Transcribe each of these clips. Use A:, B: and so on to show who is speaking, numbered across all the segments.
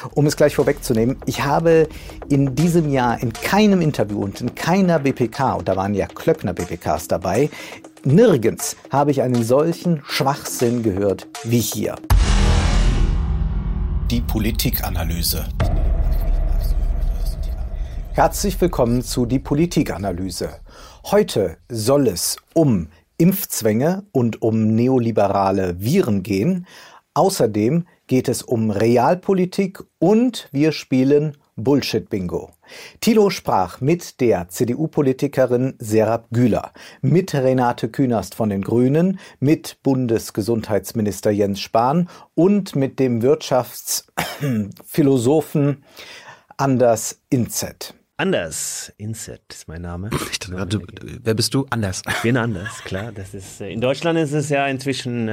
A: Um es gleich vorwegzunehmen, ich habe in diesem Jahr in keinem Interview und in keiner BPK, und da waren ja Klöckner BPKs dabei, nirgends habe ich einen solchen Schwachsinn gehört wie hier.
B: Die Politikanalyse.
A: Herzlich willkommen zu Die Politikanalyse. Heute soll es um Impfzwänge und um neoliberale Viren gehen. Außerdem geht es um Realpolitik und wir spielen Bullshit-Bingo. Thilo sprach mit der CDU-Politikerin Serap Güler, mit Renate Künast von den Grünen, mit Bundesgesundheitsminister Jens Spahn und mit dem Wirtschaftsphilosophen Anders Inzet.
C: Anders Inzet ist mein Name.
B: Wer bist du? Anders.
C: Ich bin Anders, klar. Das ist, in Deutschland ist es ja inzwischen,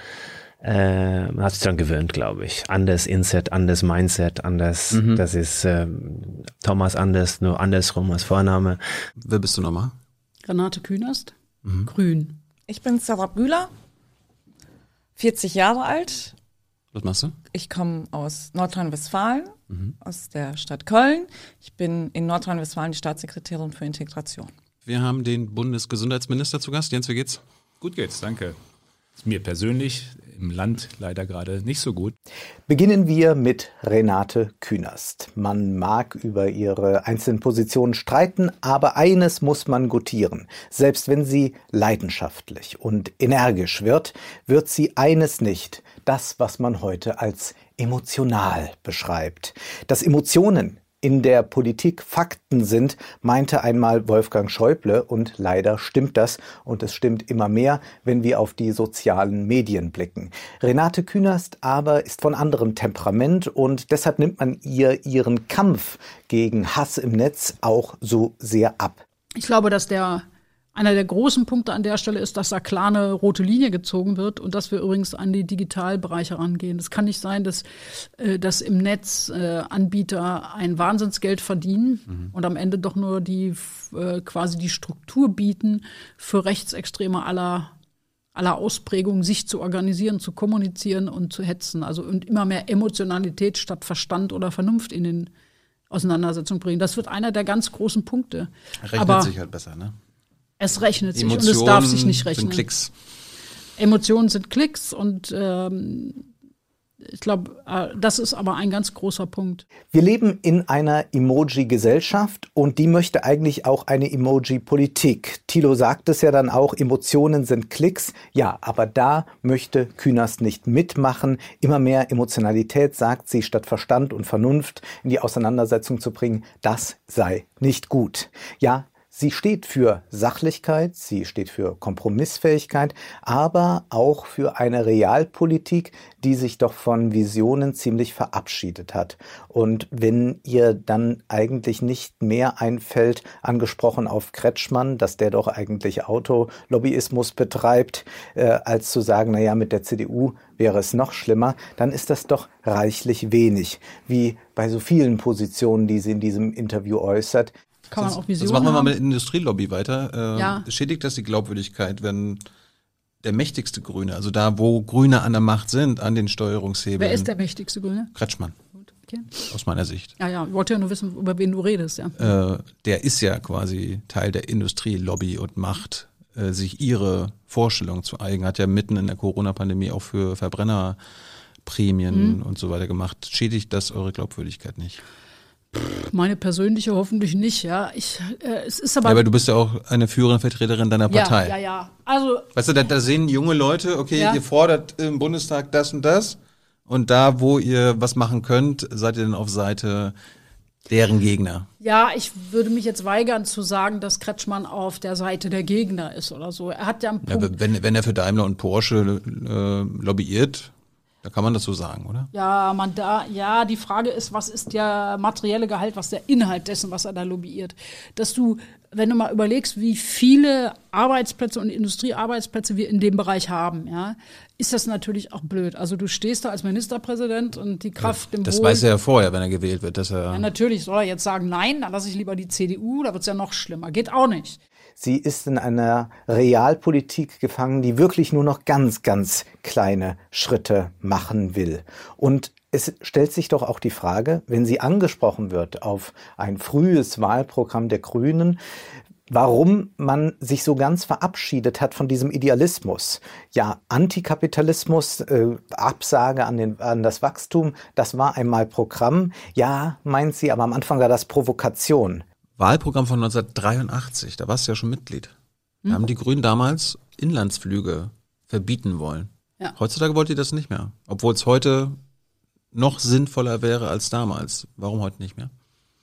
C: man hat sich dran gewöhnt, glaube ich. Anders Inzet, Anders Mindset, Anders, das ist Thomas Anders, nur andersrum als Vorname.
B: Wer bist du nochmal?
D: Renate Künast, Grün.
E: Ich bin Serap Güler, 40 Jahre alt.
B: Was machst du?
E: Ich komme aus Nordrhein-Westfalen, aus der Stadt Köln. Ich bin in Nordrhein-Westfalen die Staatssekretärin für Integration.
B: Wir haben den Bundesgesundheitsminister zu Gast. Jens, wie geht's?
F: Gut geht's, danke. Ist mir persönlich im Land leider gerade nicht so gut.
A: Beginnen wir mit Renate Künast. Man mag über ihre einzelnen Positionen streiten, aber eines muss man gutieren. Selbst wenn sie leidenschaftlich und energisch wird, wird sie eines nicht: das, was man heute als emotional beschreibt. Dass Emotionen in der Politik Fakten sind, meinte einmal Wolfgang Schäuble, und leider stimmt das und es stimmt immer mehr, wenn wir auf die sozialen Medien blicken. Renate Künast aber ist von anderem Temperament und deshalb nimmt man ihr ihren Kampf gegen Hass im Netz auch so sehr ab.
D: Ich glaube, dass einer der großen Punkte an der Stelle ist, dass da klar eine rote Linie gezogen wird und dass wir übrigens an die Digitalbereiche rangehen. Es kann nicht sein, dass im Netz Anbieter ein Wahnsinnsgeld verdienen und am Ende doch nur quasi die Struktur bieten, für Rechtsextreme aller Ausprägungen sich zu organisieren, zu kommunizieren und zu hetzen. Also und immer mehr Emotionalität statt Verstand oder Vernunft in den Auseinandersetzungen bringen. Das wird einer der ganz großen Punkte.
B: Rechnet sich halt besser, ne?
D: Es rechnet sich
B: Emotionen
D: und es darf sich nicht rechnen.
B: Sind Klicks.
D: Emotionen sind Klicks und ich glaube, das ist aber ein ganz großer Punkt.
A: Wir leben in einer Emoji-Gesellschaft und die möchte eigentlich auch eine Emoji-Politik. Thilo sagt es ja dann auch, Emotionen sind Klicks. Ja, aber da möchte Künast nicht mitmachen. Immer mehr Emotionalität, sagt sie, statt Verstand und Vernunft in die Auseinandersetzung zu bringen, das sei nicht gut. Ja, sie steht für Sachlichkeit, sie steht für Kompromissfähigkeit, aber auch für eine Realpolitik, die sich doch von Visionen ziemlich verabschiedet hat. Und wenn ihr dann eigentlich nicht mehr einfällt, angesprochen auf Kretschmann, dass der doch eigentlich Autolobbyismus betreibt, als zu sagen, naja, mit der CDU wäre es noch schlimmer, dann ist das doch reichlich wenig, wie bei so vielen Positionen, die sie in diesem Interview äußert.
D: Kann man auch Visionen
B: Jetzt machen wir mal
D: haben.
B: mit der Industrielobby weiter.
D: Ja.
B: Schädigt das die Glaubwürdigkeit, wenn der mächtigste Grüne, also da, wo Grüne an der Macht sind, an den Steuerungshebeln?
D: Wer ist der mächtigste Grüne?
B: Kretschmann,
D: Okay.
B: aus meiner Sicht.
D: Ja, ich wollte ja nur wissen, über wen du redest. Ja.
B: Der ist ja quasi Teil der Industrielobby und macht sich ihre Vorstellung zu eigen. Hat ja mitten in der Corona-Pandemie auch für Verbrennerprämien und so weiter gemacht. Schädigt das eure Glaubwürdigkeit nicht?
D: Meine persönliche hoffentlich nicht, ja. Es ist aber.
B: Ja, aber du bist ja auch eine führende Vertreterin deiner Partei.
D: Ja. Also.
B: Weißt du, da sehen junge Leute, okay, ihr fordert im Bundestag das und das und da, wo ihr was machen könnt, seid ihr dann auf Seite deren Gegner.
D: Ja, ich würde mich jetzt weigern zu sagen, dass Kretschmann auf der Seite der Gegner ist oder so. Er hat ja einen Punkt.
B: Ja, wenn er für Daimler und Porsche lobbyiert, da kann man das so sagen, oder?
D: Ja, die Frage ist, was ist der materielle Gehalt, was der Inhalt dessen, was er da lobbyiert. Dass du, wenn du mal überlegst, wie viele Arbeitsplätze und Industriearbeitsplätze wir in dem Bereich haben, ja, ist das natürlich auch blöd. Also du stehst da als Ministerpräsident und die Kraft im
B: Das
D: Wohl.
B: weiß er ja vorher, wenn er gewählt wird, dass er.
D: Ja, natürlich soll er jetzt sagen, nein, dann lasse ich lieber die CDU, da wird's ja noch schlimmer. Geht auch nicht.
A: Sie ist in einer Realpolitik gefangen, die wirklich nur noch ganz, ganz kleine Schritte machen will. Und es stellt sich doch auch die Frage, wenn sie angesprochen wird auf ein frühes Wahlprogramm der Grünen, warum man sich so ganz verabschiedet hat von diesem Idealismus. Ja, Antikapitalismus, Absage an das Wachstum, das war einmal Programm. Ja, meint sie, aber am Anfang war das Provokation.
B: Wahlprogramm von 1983, da warst du ja schon Mitglied. Da haben die Grünen damals Inlandsflüge verbieten wollen.
D: Ja.
B: Heutzutage wollt ihr das nicht mehr, obwohl es heute noch sinnvoller wäre als damals. Warum heute nicht mehr?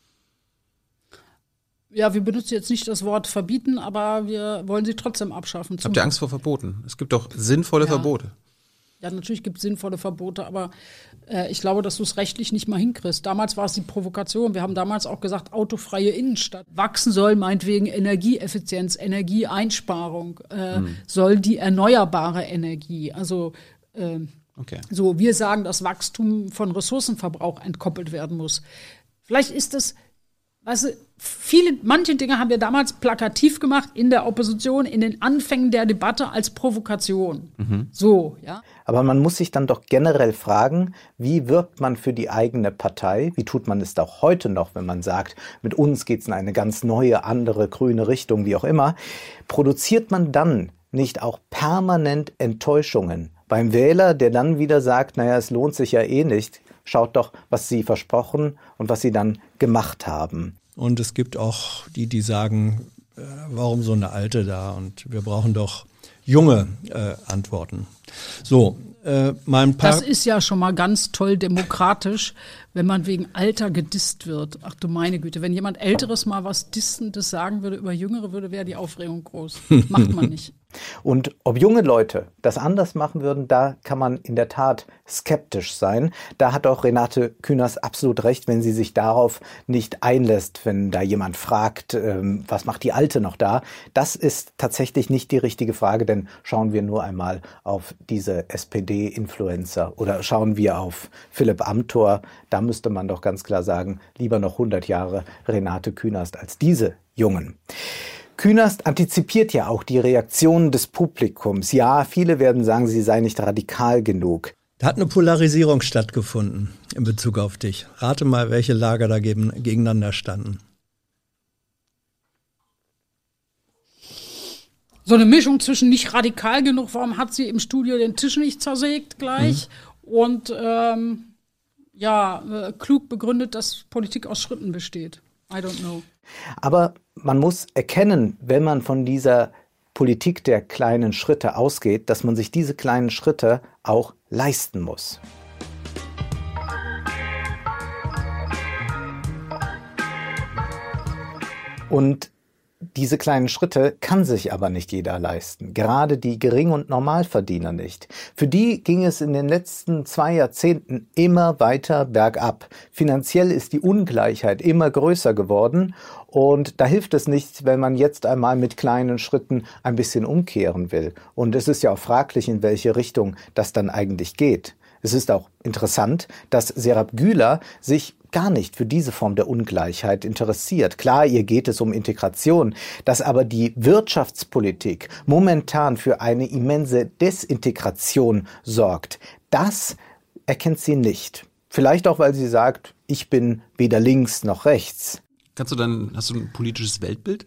D: Ja, wir benutzen jetzt nicht das Wort verbieten, aber wir wollen sie trotzdem abschaffen.
B: Habt ihr Angst vor Verboten? Es gibt doch sinnvolle Verbote.
D: Ja, natürlich gibt es sinnvolle Verbote, aber ich glaube, dass du es rechtlich nicht mal hinkriegst. Damals war es die Provokation. Wir haben damals auch gesagt, autofreie Innenstadt. Wachsen soll meinetwegen Energieeffizienz, Energieeinsparung, soll die erneuerbare Energie. Also so, wir sagen, dass Wachstum von Ressourcenverbrauch entkoppelt werden muss. Vielleicht ist es, weißt du, manche Dinge haben wir damals plakativ gemacht in der Opposition, in den Anfängen der Debatte als Provokation. So, ja.
A: Aber man muss sich dann doch generell fragen, wie wirkt man für die eigene Partei? Wie tut man es auch heute noch, wenn man sagt, mit uns geht es in eine ganz neue, andere, grüne Richtung, wie auch immer? Produziert man dann nicht auch permanent Enttäuschungen beim Wähler, der dann wieder sagt, naja, es lohnt sich ja eh nicht. Schaut doch, was Sie versprochen und was Sie dann gemacht haben.
G: Und es gibt auch die sagen, warum so eine Alte da? Und wir brauchen doch junge Antworten. So, mal ein paar.
D: Das ist ja schon mal ganz toll demokratisch, wenn man wegen Alter gedisst wird. Ach du meine Güte, wenn jemand Älteres mal was Dissendes sagen würde über Jüngere, wäre die Aufregung groß. Macht man nicht.
A: Und ob junge Leute das anders machen würden, da kann man in der Tat skeptisch sein. Da hat auch Renate Künast absolut recht, wenn sie sich darauf nicht einlässt, wenn da jemand fragt, was macht die Alte noch da? Das ist tatsächlich nicht die richtige Frage, denn schauen wir nur einmal auf diese SPD-Influencer oder schauen wir auf Philipp Amthor. Da müsste man doch ganz klar sagen, lieber noch 100 Jahre Renate Künast als diese Jungen. Künast antizipiert ja auch die Reaktionen des Publikums. Ja, viele werden sagen, sie sei nicht radikal genug.
G: Da hat eine Polarisierung stattgefunden in Bezug auf dich. Rate mal, welche Lager da gegeneinander standen.
D: So eine Mischung zwischen nicht radikal genug, warum hat sie im Studio den Tisch nicht zersägt gleich und klug begründet, dass Politik aus Schritten besteht. I don't know.
A: Aber man muss erkennen, wenn man von dieser Politik der kleinen Schritte ausgeht, dass man sich diese kleinen Schritte auch leisten muss. Und diese kleinen Schritte kann sich aber nicht jeder leisten, gerade die Gering- und Normalverdiener nicht. Für die ging es in den letzten 2 Jahrzehnten immer weiter bergab. Finanziell ist die Ungleichheit immer größer geworden und da hilft es nicht, wenn man jetzt einmal mit kleinen Schritten ein bisschen umkehren will. Und es ist ja auch fraglich, in welche Richtung das dann eigentlich geht. Es ist auch interessant, dass Serap Güler sich gar nicht für diese Form der Ungleichheit interessiert. Klar, ihr geht es um Integration, dass aber die Wirtschaftspolitik momentan für eine immense Desintegration sorgt, das erkennt sie nicht. Vielleicht auch, weil sie sagt, ich bin weder links noch rechts.
B: Hast du ein politisches Weltbild?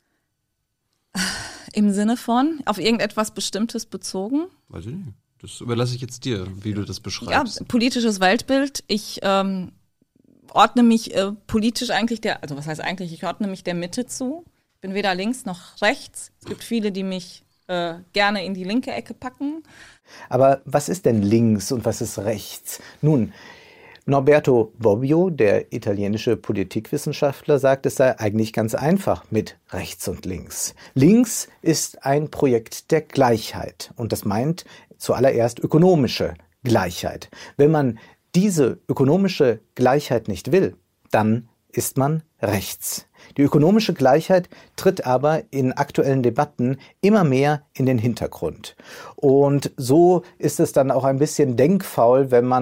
E: Im Sinne von, auf irgendetwas Bestimmtes bezogen?
B: Weiß ich nicht. Das überlasse ich jetzt dir, wie du das beschreibst.
E: Ja, politisches Weltbild. Ich ordne mich politisch eigentlich ich ordne mich der Mitte zu. Ich bin weder links noch rechts. Es gibt viele, die mich gerne in die linke Ecke packen.
A: Aber was ist denn links und was ist rechts? Nun, Norberto Bobbio, der italienische Politikwissenschaftler, sagt, es sei eigentlich ganz einfach mit rechts und links. Links ist ein Projekt der Gleichheit und das meint zuallererst ökonomische Gleichheit. Wenn man diese ökonomische Gleichheit nicht will, dann ist man rechts. Die ökonomische Gleichheit tritt aber in aktuellen Debatten immer mehr in den Hintergrund. Und so ist es dann auch ein bisschen denkfaul, wenn man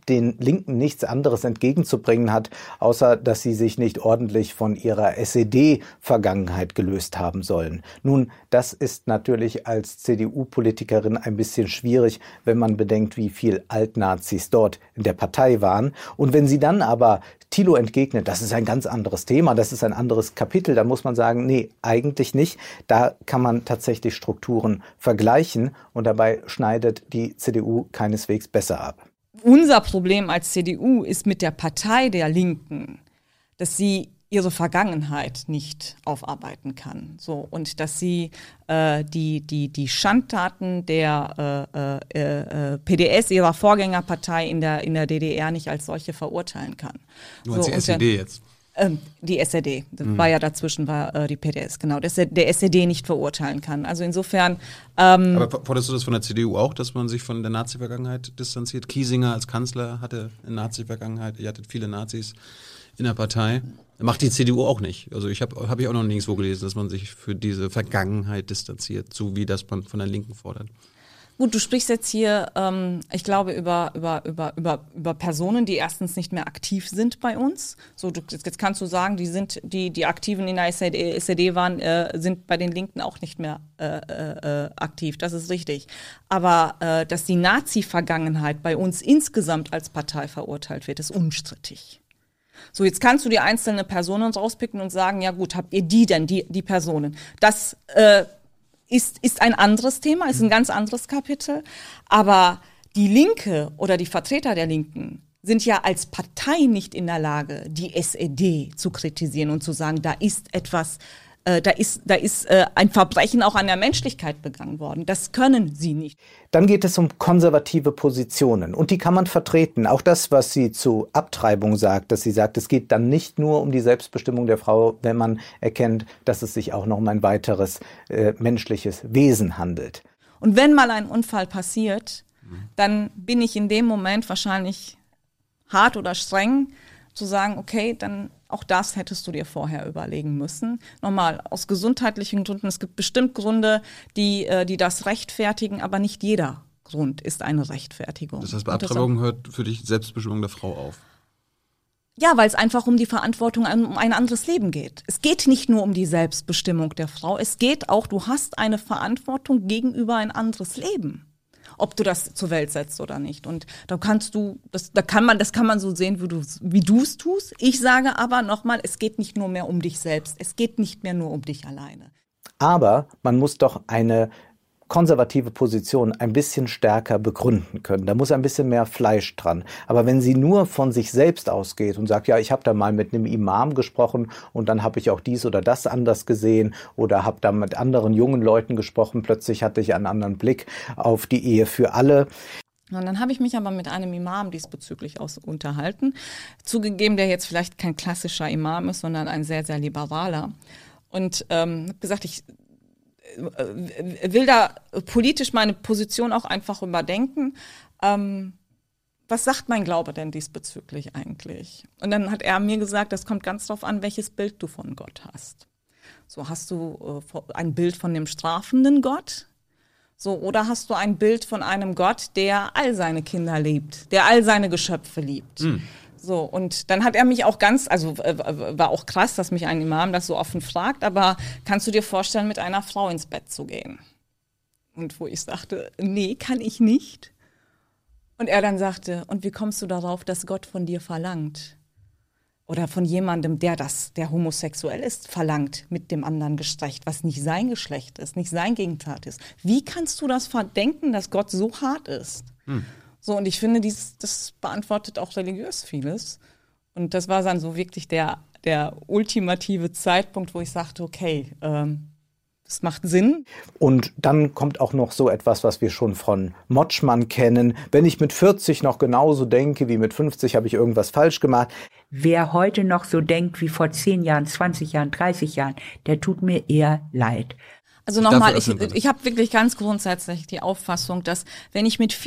A: den Linken nichts anderes entgegenzubringen hat, außer dass sie sich nicht ordentlich von ihrer SED-Vergangenheit gelöst haben sollen. Nun, das ist natürlich als CDU-Politikerin ein bisschen schwierig, wenn man bedenkt, wie viel Altnazis dort in der Partei waren. Und wenn sie dann aber Thilo entgegnet, das ist ein ganz anderes Thema, das ist ein anderes Kapitel, dann muss man sagen, nee, eigentlich nicht. Da kann man tatsächlich Strukturen vergleichen und dabei schneidet die CDU keineswegs besser ab.
E: Unser Problem als CDU ist mit der Partei der Linken, dass sie ihre Vergangenheit nicht aufarbeiten kann. So, und dass sie die Schandtaten der PDS, ihrer Vorgängerpartei in der DDR, nicht als solche verurteilen kann.
B: Nur als die SED jetzt.
E: Die SED, das war ja dazwischen, war die PDS, genau, der SED nicht verurteilen kann. Also insofern.
B: Aber forderst du das von der CDU auch, dass man sich von der Nazi-Vergangenheit distanziert? Kiesinger als Kanzler hatte eine Nazi-Vergangenheit, ihr hattet viele Nazis in der Partei. Macht die CDU auch nicht. Also hab ich auch noch nirgendwo gelesen, dass man sich für diese Vergangenheit distanziert, so wie das man von der Linken fordert.
E: Gut, du sprichst jetzt hier, ich glaube, über Personen, die erstens nicht mehr aktiv sind bei uns. So, jetzt kannst du sagen, die Aktiven in der SED waren, sind bei den Linken auch nicht mehr aktiv. Das ist richtig. Aber dass die Nazi-Vergangenheit bei uns insgesamt als Partei verurteilt wird, ist unstrittig. So, jetzt kannst du die einzelnen Personen rauspicken und sagen, ja gut, habt ihr die denn, die Personen? Das ist ein anderes Thema, ist ein ganz anderes Kapitel. Aber die Linke oder die Vertreter der Linken sind ja als Partei nicht in der Lage, die SED zu kritisieren und zu sagen, da ist etwas, da ist ein Verbrechen auch an der Menschlichkeit begangen worden. Das können sie nicht.
A: Dann geht es um konservative Positionen und die kann man vertreten. Auch das, was sie zu Abtreibung sagt, dass sie sagt, es geht dann nicht nur um die Selbstbestimmung der Frau, wenn man erkennt, dass es sich auch noch um ein weiteres menschliches Wesen handelt.
E: Und wenn mal ein Unfall passiert, dann bin ich in dem Moment wahrscheinlich hart oder streng, zu sagen, okay, dann auch das hättest du dir vorher überlegen müssen. Nochmal, aus gesundheitlichen Gründen, es gibt bestimmt Gründe, die das rechtfertigen, aber nicht jeder Grund ist eine Rechtfertigung.
B: Das heißt, bei Abtreibung hört für dich Selbstbestimmung der Frau auf?
E: Ja, weil es einfach um die Verantwortung, um ein anderes Leben geht. Es geht nicht nur um die Selbstbestimmung der Frau, es geht auch, du hast eine Verantwortung gegenüber ein anderes Leben. Ob du das zur Welt setzt oder nicht. Und da kannst du, das kann man so sehen, wie du es tust. Ich sage aber nochmal, es geht nicht nur mehr um dich selbst. Es geht nicht mehr nur um dich alleine.
A: Aber man muss doch eine konservative Position ein bisschen stärker begründen können. Da muss ein bisschen mehr Fleisch dran. Aber wenn sie nur von sich selbst ausgeht und sagt, ja, ich habe da mal mit einem Imam gesprochen und dann habe ich auch dies oder das anders gesehen oder habe da mit anderen jungen Leuten gesprochen, plötzlich hatte ich einen anderen Blick auf die Ehe für alle.
E: Und dann habe ich mich aber mit einem Imam diesbezüglich unterhalten. Zugegeben, der jetzt vielleicht kein klassischer Imam ist, sondern ein sehr, sehr liberaler. Und habe gesagt, ich will da politisch meine Position auch einfach überdenken. Was sagt mein Glaube denn diesbezüglich eigentlich? Und dann hat er mir gesagt, das kommt ganz drauf an, welches Bild du von Gott hast. So, hast du ein Bild von dem strafenden Gott? So, oder hast du ein Bild von einem Gott, der all seine Kinder liebt, der all seine Geschöpfe liebt? So, und dann hat er mich auch war auch krass, dass mich ein Imam das so offen fragt, aber kannst du dir vorstellen, mit einer Frau ins Bett zu gehen? Und wo ich sagte, nee, kann ich nicht. Und er dann sagte, und wie kommst du darauf, dass Gott von dir verlangt? Oder von jemandem, der homosexuell ist, verlangt mit dem anderen Geschlecht, was nicht sein Geschlecht ist, nicht sein Gegenteil ist. Wie kannst du das verdenken, dass Gott so hart ist? So, und ich finde, das beantwortet auch religiös vieles. Und das war dann so wirklich der ultimative Zeitpunkt, wo ich sagte, okay, das macht Sinn.
A: Und dann kommt auch noch so etwas, was wir schon von Motschmann kennen. Wenn ich mit 40 noch genauso denke wie mit 50, habe ich irgendwas falsch gemacht.
H: Wer heute noch so denkt wie vor 10 Jahren, 20 Jahren, 30 Jahren, der tut mir eher leid.
E: Also nochmal, ich habe wirklich ganz grundsätzlich die Auffassung, dass wenn ich mit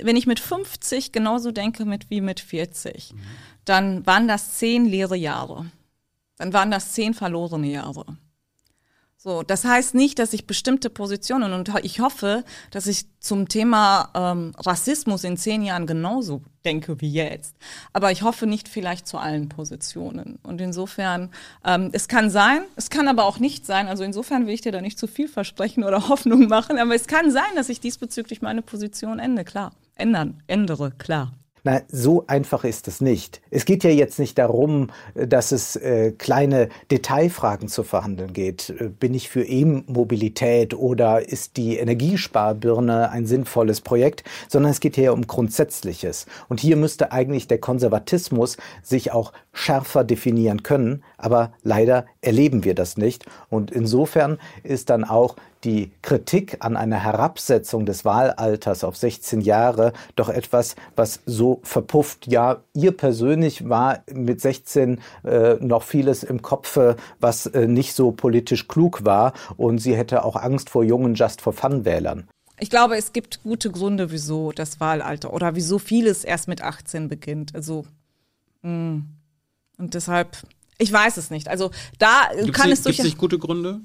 E: 50 genauso denke wie mit 40, dann waren das 10 leere Jahre. Dann waren das 10 verlorene Jahre. So, das heißt nicht, dass ich bestimmte Positionen, und ich hoffe, dass ich zum Thema Rassismus in 10 Jahren genauso denke wie jetzt. Aber ich hoffe nicht vielleicht zu allen Positionen. Und insofern, es kann sein, es kann aber auch nicht sein. Also insofern will ich dir da nicht zu viel versprechen oder Hoffnung machen. Aber es kann sein, dass ich diesbezüglich meine Position ändere, klar.
A: Na, so einfach ist es nicht. Es geht ja jetzt nicht darum, dass es kleine Detailfragen zu verhandeln geht. Bin ich für E-Mobilität oder ist die Energiesparbirne ein sinnvolles Projekt? Sondern es geht hier um Grundsätzliches. Und hier müsste eigentlich der Konservatismus sich auch schärfer definieren können. Aber leider erleben wir das nicht. Und insofern ist dann auch die Kritik an einer Herabsetzung des Wahlalters auf 16 Jahre doch etwas, was so verpufft. Ja, ihr persönlich war mit 16 noch vieles im Kopfe, was nicht so politisch klug war, und sie hätte auch Angst vor jungen Just-for-Fun-Wählern.
E: Ich glaube, es gibt gute Gründe, wieso das Wahlalter oder wieso vieles erst mit 18 beginnt. Also, und deshalb, ich weiß es nicht. Also da kann es durch.
B: Gibt es nicht gute Gründe,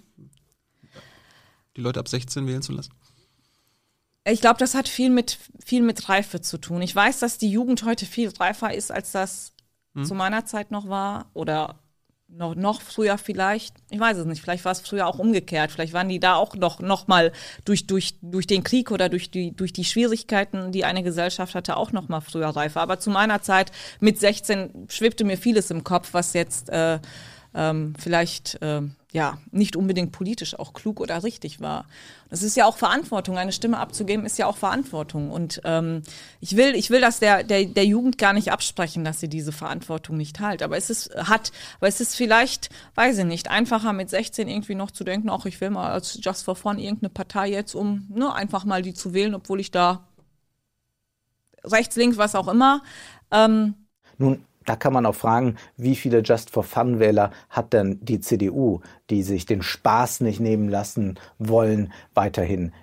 B: die Leute ab 16 wählen zu lassen?
E: Ich glaube, das hat viel mit Reife zu tun. Ich weiß, dass die Jugend heute viel reifer ist, als das zu meiner Zeit noch war oder noch früher vielleicht. Ich weiß es nicht. Vielleicht war es früher auch umgekehrt. Vielleicht waren die da auch noch mal durch den Krieg oder durch die Schwierigkeiten, die eine Gesellschaft hatte, auch noch mal früher reifer. Aber zu meiner Zeit mit 16 schwebte mir vieles im Kopf, was jetzt vielleicht nicht unbedingt politisch auch klug oder richtig war. Das ist ja auch Verantwortung. Eine Stimme abzugeben ist ja auch Verantwortung. Und ich will das der Jugend gar nicht absprechen, dass sie diese Verantwortung nicht hat. Aber es ist vielleicht, weiß ich nicht, einfacher mit 16 irgendwie noch zu denken, ich will mal als Just for Fun irgendeine Partei jetzt, um einfach mal die zu wählen, obwohl ich da rechts, links, was auch immer.
A: Nun, da kann man auch fragen, wie viele Just-for-Fun-Wähler hat denn die CDU, die sich den Spaß nicht nehmen lassen wollen, weiterhin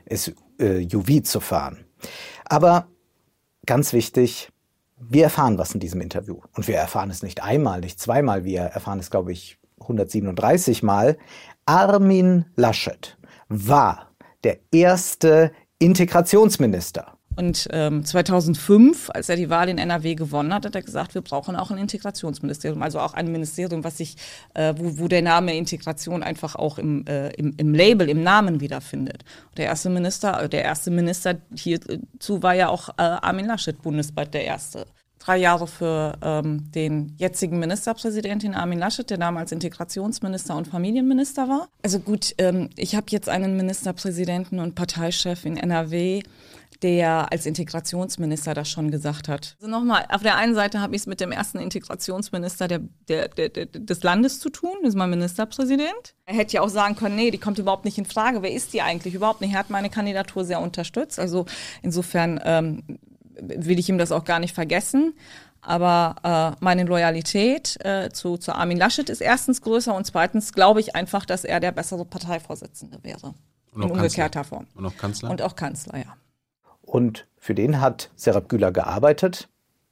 A: SUV zu fahren. Aber ganz wichtig, wir erfahren was in diesem Interview. Und wir erfahren es nicht einmal, nicht zweimal, wir erfahren es, glaube ich, 137 Mal. Armin Laschet war der erste Integrationsminister.
E: Und 2005, als er die Wahl in NRW gewonnen hat, hat er gesagt, wir brauchen auch ein Integrationsministerium, also auch ein Ministerium, was sich, wo der Name Integration einfach auch im Label, im Namen wiederfindet. Und der erste Minister hierzu war ja auch Armin Laschet, bundesweit der erste. 3 Jahre für den jetzigen Ministerpräsidenten Armin Laschet, der damals Integrationsminister und Familienminister war. Also gut, ich habe jetzt einen Ministerpräsidenten und Parteichef in NRW, der als Integrationsminister das schon gesagt hat. Also nochmal, auf der einen Seite habe ich es mit dem ersten Integrationsminister des Landes zu tun, das ist mein Ministerpräsident. Er hätte ja auch sagen können, nee, die kommt überhaupt nicht in Frage. Wer ist die eigentlich? Überhaupt nicht. Er hat meine Kandidatur sehr unterstützt. Also insofern will ich ihm das auch gar nicht vergessen. Aber meine Loyalität zu Armin Laschet ist erstens größer und zweitens glaube ich einfach, dass er der bessere Parteivorsitzende wäre.
B: Und
E: in umgekehrter Form.
B: Und auch Kanzler?
E: Und auch Kanzler, ja.
A: Und für den hat Serap Güler gearbeitet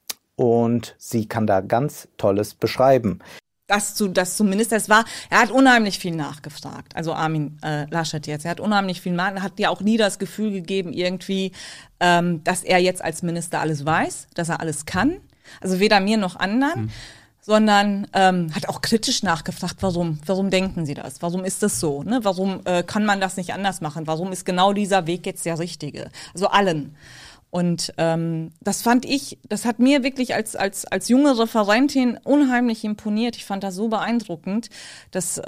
A: und sie kann da ganz Tolles beschreiben.
E: Das zumindest, er hat unheimlich viel nachgefragt, also Armin Laschet jetzt, er hat unheimlich viel hat ja auch nie das Gefühl gegeben irgendwie, dass er jetzt als Minister alles weiß, dass er alles kann, also weder mir noch anderen, sondern hat auch kritisch nachgefragt, warum denken Sie das, warum ist das so, ne? Warum kann man das nicht anders machen, warum ist genau dieser Weg jetzt der richtige, also allen. Und das hat mir wirklich als junge Referentin unheimlich imponiert. Ich fand das so beeindruckend, dass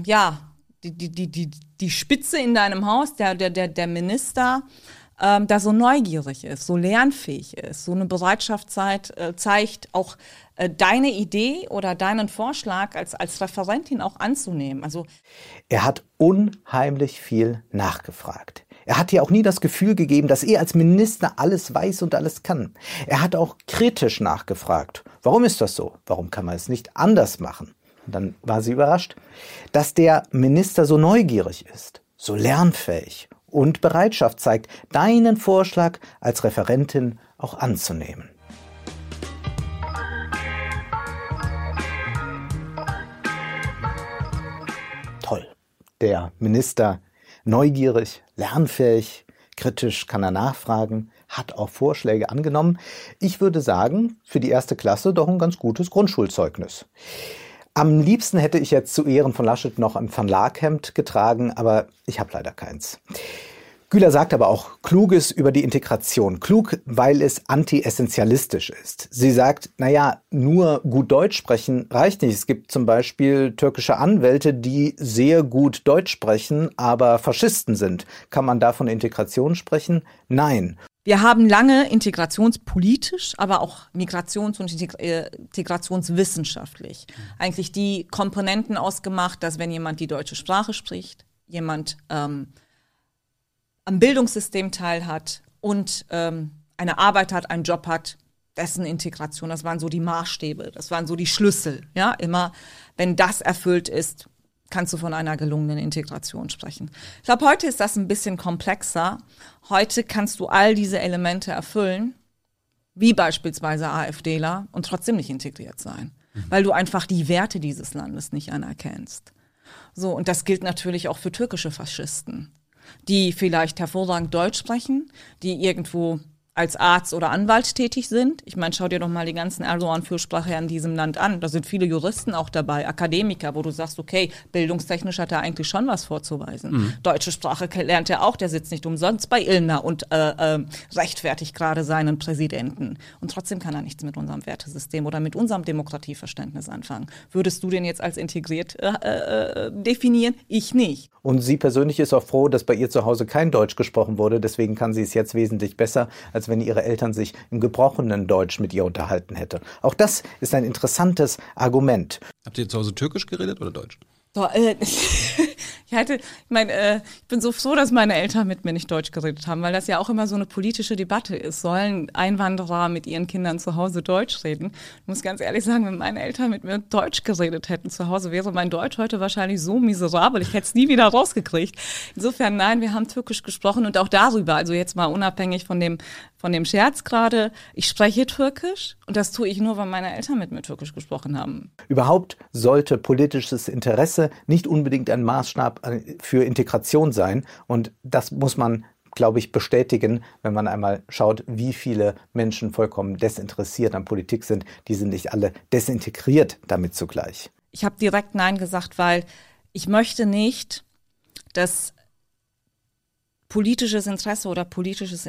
E: die Spitze in deinem Haus, der Minister, da so neugierig ist, so lernfähig ist, so eine Bereitschaft zeigt, auch deine Idee oder deinen Vorschlag als Referentin auch anzunehmen. Also
A: er hat unheimlich viel nachgefragt. Er hat ja auch nie das Gefühl gegeben, dass er als Minister alles weiß und alles kann. Er hat auch kritisch nachgefragt. Warum ist das so? Warum kann man es nicht anders machen? Und dann war sie überrascht, dass der Minister so neugierig ist, so lernfähig und Bereitschaft zeigt, deinen Vorschlag als Referentin auch anzunehmen. Toll. der Minister neugierig, lernfähig, kritisch kann er nachfragen, hat auch Vorschläge angenommen. Ich würde sagen, für die 1. Klasse doch ein ganz gutes Grundschulzeugnis. Am liebsten hätte ich jetzt zu Ehren von Laschet noch ein Van Laak-Hemd getragen, aber ich habe leider keins. Güler sagt aber auch Kluges über die Integration. Klug, weil es anti-essentialistisch ist. Sie sagt, naja, nur gut Deutsch sprechen reicht nicht. Es gibt zum Beispiel türkische Anwälte, die sehr gut Deutsch sprechen, aber Faschisten sind. Kann man da von Integration sprechen? Nein.
E: Wir haben lange integrationspolitisch, aber auch migrations- und integrationswissenschaftlich eigentlich die Komponenten ausgemacht, dass wenn jemand die deutsche Sprache spricht, jemand am Bildungssystem teilhat und eine Arbeit hat, einen Job hat, dessen Integration, das waren so die Maßstäbe, das waren so die Schlüssel. Ja, immer, wenn das erfüllt ist, kannst du von einer gelungenen Integration sprechen. Ich glaube, heute ist das ein bisschen komplexer. Heute kannst du all diese Elemente erfüllen, wie beispielsweise AfDler, und trotzdem nicht integriert sein, weil du einfach die Werte dieses Landes nicht anerkennst. So, und das gilt natürlich auch für türkische Faschisten, die vielleicht hervorragend Deutsch sprechen, die irgendwo als Arzt oder Anwalt tätig sind. Ich meine, schau dir doch mal die ganzen Erdogan-Fürsprache in diesem Land an. Da sind viele Juristen auch dabei, Akademiker, wo du sagst, okay, bildungstechnisch hat er eigentlich schon was vorzuweisen. Deutsche Sprache lernt er auch, der sitzt nicht umsonst bei Illner und rechtfertigt gerade seinen Präsidenten. Und trotzdem kann er nichts mit unserem Wertesystem oder mit unserem Demokratieverständnis anfangen. Würdest du den jetzt als integriert definieren? Ich nicht.
A: Und sie persönlich ist auch froh, dass bei ihr zu Hause kein Deutsch gesprochen wurde. Deswegen kann sie es jetzt wesentlich besser, als wenn ihre Eltern sich im gebrochenen Deutsch mit ihr unterhalten hätten. Auch das ist ein interessantes Argument.
B: Habt ihr zu Hause Türkisch geredet oder Deutsch?
E: So, ich bin so froh, dass meine Eltern mit mir nicht Deutsch geredet haben, weil das ja auch immer so eine politische Debatte ist. Sollen Einwanderer mit ihren Kindern zu Hause Deutsch reden? Ich muss ganz ehrlich sagen, wenn meine Eltern mit mir Deutsch geredet hätten zu Hause, wäre mein Deutsch heute wahrscheinlich so miserabel, ich hätte es nie wieder rausgekriegt. Insofern, nein, wir haben Türkisch gesprochen und auch darüber, also jetzt mal unabhängig von dem Scherz gerade, ich spreche Türkisch und das tue ich nur, weil meine Eltern mit mir Türkisch gesprochen haben.
A: Überhaupt sollte politisches Interesse nicht unbedingt ein Maßstab für Integration sein. Und das muss man, glaube ich, bestätigen, wenn man einmal schaut, wie viele Menschen vollkommen desinteressiert an Politik sind. Die sind nicht alle desintegriert damit zugleich.
E: Ich habe direkt Nein gesagt, weil ich möchte nicht, dass politisches Interesse oder politische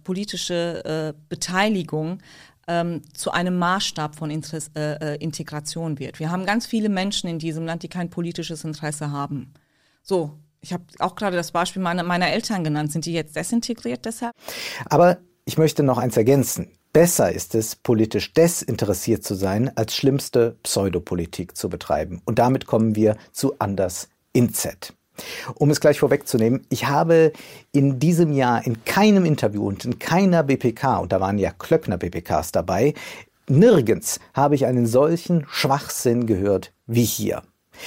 E: Beteiligung zu einem Maßstab von Integration wird. Wir haben ganz viele Menschen in diesem Land, die kein politisches Interesse haben. So, ich habe auch gerade das Beispiel meiner Eltern genannt. Sind die jetzt desintegriert deshalb?
A: Aber ich möchte noch eins ergänzen. Besser ist es, politisch desinteressiert zu sein, als schlimmste Pseudopolitik zu betreiben. Und damit kommen wir zu Anders Inzet. Um es gleich vorwegzunehmen, ich habe in diesem Jahr in keinem Interview und in keiner BPK, und da waren ja Klöckner-BPKs dabei, nirgends habe ich einen solchen Schwachsinn gehört wie hier.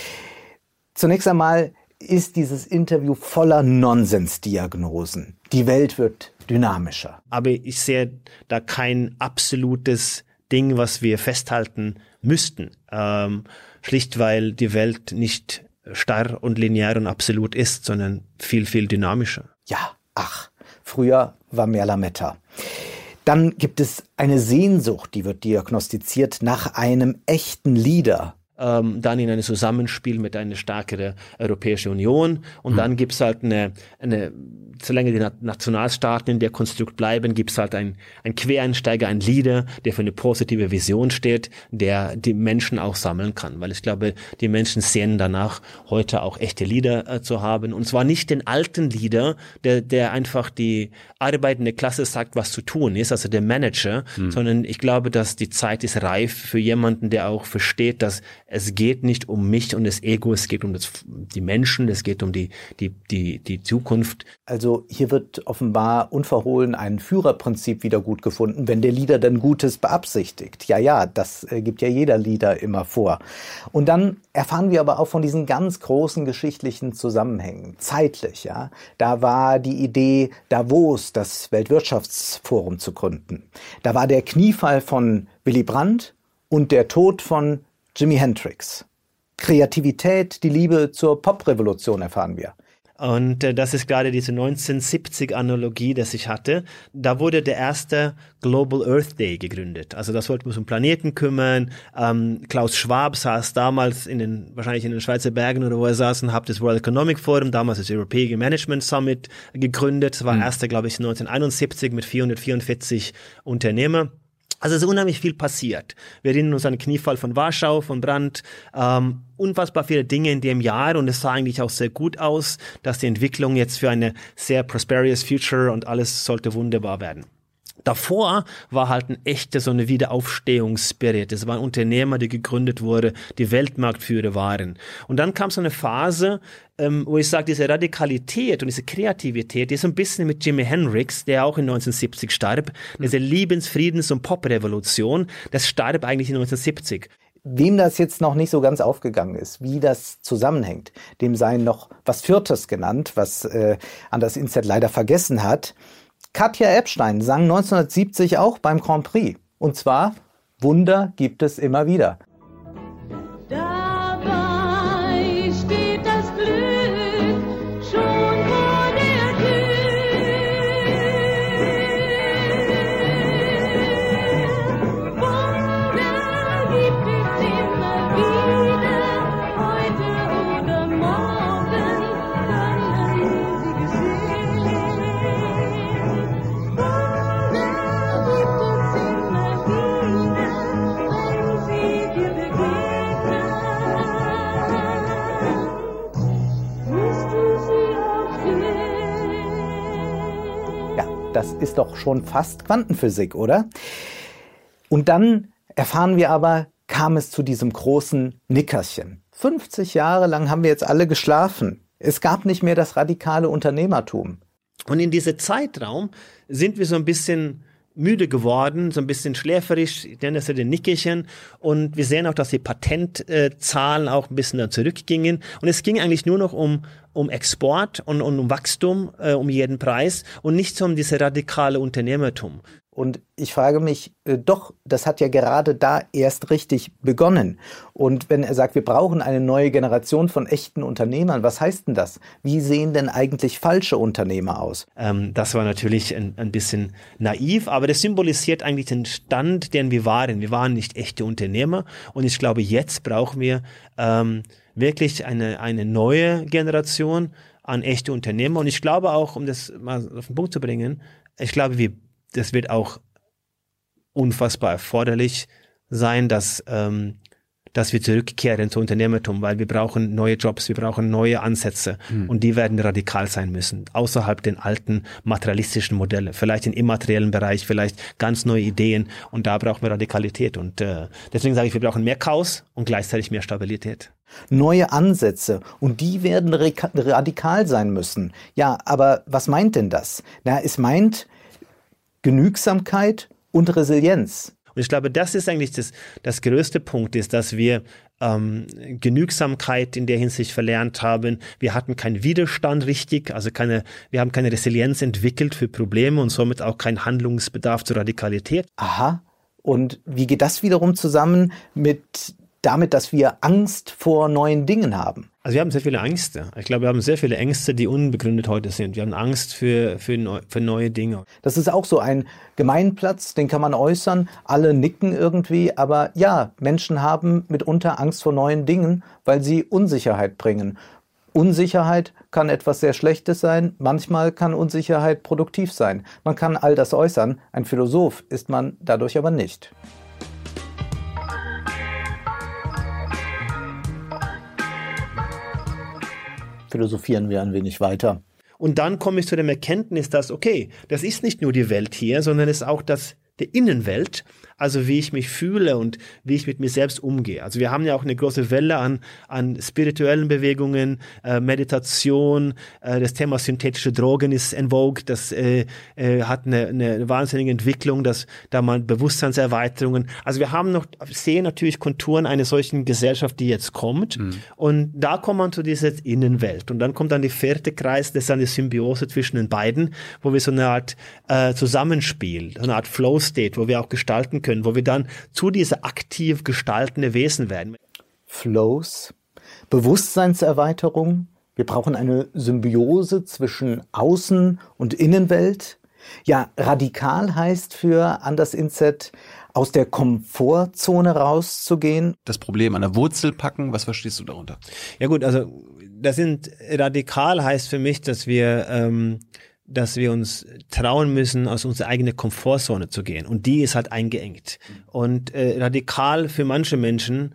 A: Zunächst einmal ist dieses Interview voller Nonsensdiagnosen. Die Welt wird dynamischer.
C: Aber ich sehe da kein absolutes Ding, was wir festhalten müssten. Schlicht, weil die Welt nicht starr und linear und absolut ist, sondern viel, viel dynamischer.
A: Ja, früher war mehr Lametta. Dann gibt es eine Sehnsucht, die wird diagnostiziert nach einem echten Leader.
C: Dann in einem Zusammenspiel mit einer stärkeren Europäischen Union. Und dann gibt es halt solange die Nationalstaaten in der Konstrukt bleiben, gibt es halt ein Quereinsteiger, ein Leader, der für eine positive Vision steht, der die Menschen auch sammeln kann. Weil ich glaube, die Menschen sehnen danach, heute auch echte Leader zu haben. Und zwar nicht den alten Leader, der einfach die arbeitende Klasse sagt, was zu tun ist, also der Manager, sondern ich glaube, dass die Zeit ist reif für jemanden, der auch versteht, dass es geht nicht um mich und das Ego, es geht um die Menschen, es geht um die Zukunft.
A: Also hier wird offenbar unverhohlen ein Führerprinzip wieder gut gefunden, wenn der Leader dann Gutes beabsichtigt. Ja, das gibt ja jeder Leader immer vor. Und dann erfahren wir aber auch von diesen ganz großen geschichtlichen Zusammenhängen. Zeitlich, ja. Da war die Idee, Davos, das Weltwirtschaftsforum zu gründen. Da war der Kniefall von Willy Brandt und der Tod von Jimi Hendrix. Kreativität, die Liebe zur Poprevolution erfahren wir.
C: Und das ist gerade diese 1970-Analogie, das ich hatte. Da wurde der erste Global Earth Day gegründet. Also das wollten wir uns um Planeten kümmern. Klaus Schwab saß damals wahrscheinlich in den Schweizer Bergen oder wo er saß und hat das World Economic Forum, damals das European Management Summit gegründet. Das war erster, glaube ich, 1971 mit 444 Unternehmern. Also es ist unheimlich viel passiert. Wir erinnern uns an den Kniefall von Warschau, von Brandt, unfassbar viele Dinge in dem Jahr und es sah eigentlich auch sehr gut aus, dass die Entwicklung jetzt für eine sehr prosperous future und alles sollte wunderbar werden. Davor war halt so eine Wiederaufstehungsspirit. Es waren Unternehmer, die gegründet wurden, die Weltmarktführer waren. Und dann kam so eine Phase, wo ich sage, diese Radikalität und diese Kreativität, die ist so ein bisschen mit Jimi Hendrix, der auch in 1970 starb, diese Liebens-, Friedens- und Pop-Revolution, das starb eigentlich in 1970.
A: Wem das jetzt noch nicht so ganz aufgegangen ist, wie das zusammenhängt, dem sei noch was Viertes genannt, was Anders Inset leider vergessen hat. Katja Epstein sang 1970 auch beim Grand Prix. Und zwar, Wunder gibt es immer wieder.
I: Dabei steht das Glück schon vor der Tür. Wunder gibt es immer wieder, heute oder morgen können sie geschehen.
A: Das ist doch schon fast Quantenphysik, oder? Und dann erfahren wir aber, kam es zu diesem großen Nickerchen. 50 Jahre lang haben wir jetzt alle geschlafen. Es gab nicht mehr das radikale Unternehmertum.
C: Und in diesem Zeitraum sind wir so ein bisschen müde geworden, so ein bisschen schläferisch, ich nenne das ja den Nickerchen. Und wir sehen auch, dass die Patentzahlen auch ein bisschen dann zurückgingen. Und es ging eigentlich nur noch um Export und um Wachstum, um jeden Preis und nicht so um diese radikale Unternehmertum.
A: Und ich frage mich, doch, das hat ja gerade da erst richtig begonnen. Und wenn er sagt, wir brauchen eine neue Generation von echten Unternehmern, was heißt denn das? Wie sehen denn eigentlich falsche Unternehmer aus?
C: Das war natürlich ein bisschen naiv, aber das symbolisiert eigentlich den Stand, den wir waren. Wir waren nicht echte Unternehmer und ich glaube, jetzt brauchen wir wirklich eine neue Generation an echte Unternehmer. Und ich glaube auch, um das mal auf den Punkt zu bringen, ich glaube, das wird auch unfassbar erforderlich sein, dass wir zurückkehren zu Unternehmertum, weil wir brauchen neue Jobs, wir brauchen neue Ansätze und die werden radikal sein müssen, außerhalb den alten materialistischen Modelle, vielleicht im immateriellen Bereich, vielleicht ganz neue Ideen und da brauchen wir Radikalität und deswegen sage ich, wir brauchen mehr Chaos und gleichzeitig mehr Stabilität.
A: Neue Ansätze und die werden radikal sein müssen. Ja, aber was meint denn das? Na, es meint Genügsamkeit und Resilienz.
C: Und ich glaube, das ist eigentlich das größte Punkt, ist, dass wir Genügsamkeit in der Hinsicht verlernt haben. Wir hatten keinen Widerstand richtig, also wir haben keine Resilienz entwickelt für Probleme und somit auch keinen Handlungsbedarf zur Radikalität.
A: Aha. Und wie geht das wiederum zusammen damit, dass wir Angst vor neuen Dingen haben?
C: Also wir haben sehr viele Ängste. Ich glaube, wir haben sehr viele Ängste, die unbegründet heute sind. Wir haben Angst für neue Dinge.
A: Das ist auch so ein Gemeinplatz, den kann man äußern. Alle nicken irgendwie. Aber ja, Menschen haben mitunter Angst vor neuen Dingen, weil sie Unsicherheit bringen. Unsicherheit kann etwas sehr Schlechtes sein. Manchmal kann Unsicherheit produktiv sein. Man kann all das äußern. Ein Philosoph ist man dadurch aber nicht. Philosophieren wir ein wenig weiter.
C: Und dann komme ich zu der Erkenntnis, dass, okay, das ist nicht nur die Welt hier, sondern es ist auch die Innenwelt, also wie ich mich fühle und wie ich mit mir selbst umgehe. Also wir haben ja auch eine große Welle an spirituellen Bewegungen, Meditation, das Thema synthetische Drogen ist en vogue, das hat eine wahnsinnige Entwicklung, da mal Bewusstseinserweiterungen. Also wir sehen natürlich Konturen einer solchen Gesellschaft, die jetzt kommt und da kommt man zu dieser Innenwelt und dann kommt dann der vierte Kreis, das ist eine Symbiose zwischen den beiden, wo wir so eine Art Zusammenspiel, so eine Art Flow-State, wo wir auch gestalten können, wo wir dann zu dieser aktiv gestaltende Wesen werden.
A: Flows, Bewusstseinserweiterung. Wir brauchen eine Symbiose zwischen Außen- und Innenwelt. Ja, radikal heißt für Anders Inset, aus der Komfortzone rauszugehen.
B: Das Problem an der Wurzel packen, was verstehst du darunter?
C: Ja gut, also radikal heißt für mich, dass wir uns trauen müssen, aus unserer eigenen Komfortzone zu gehen. Und die ist halt eingeengt. Und radikal für manche Menschen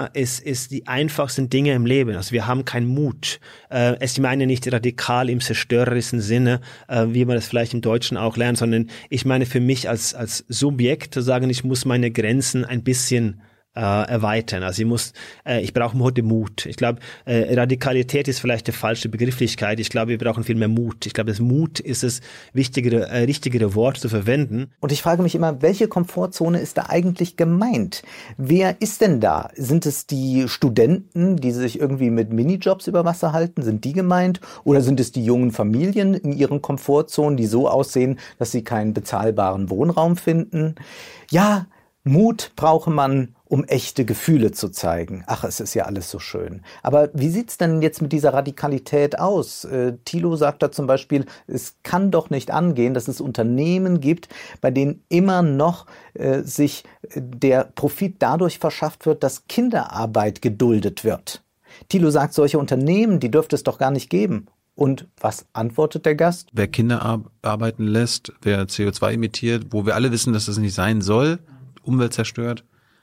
C: ist die einfachsten Dinge im Leben. Also wir haben keinen Mut. Ich meine nicht radikal im zerstörerischen Sinne, wie man das vielleicht im Deutschen auch lernt, sondern ich meine für mich als Subjekt zu sagen, ich muss meine Grenzen ein bisschen erweitern. Also ich brauche heute Mut. Ich glaube, Radikalität ist vielleicht die falsche Begrifflichkeit. Ich glaube, wir brauchen viel mehr Mut. Ich glaube, das Mut ist das richtigere Wort zu verwenden.
A: Und ich frage mich immer, welche Komfortzone ist da eigentlich gemeint? Wer ist denn da? Sind es die Studenten, die sich irgendwie mit Minijobs über Wasser halten? Sind die gemeint? Oder sind es die jungen Familien in ihren Komfortzonen, die so aussehen, dass sie keinen bezahlbaren Wohnraum finden? Ja, Mut brauche man, um echte Gefühle zu zeigen. Ach, es ist ja alles so schön. Aber wie sieht's denn jetzt mit dieser Radikalität aus? Thilo sagt da zum Beispiel, es kann doch nicht angehen, dass es Unternehmen gibt, bei denen immer noch sich der Profit dadurch verschafft wird, dass Kinderarbeit geduldet wird. Thilo sagt, solche Unternehmen, die dürfte es doch gar nicht geben. Und was antwortet der Gast?
B: Wer Kinder arbeiten lässt, wer CO2 emittiert, wo wir alle wissen, dass das nicht sein soll, Umwelt zerstört,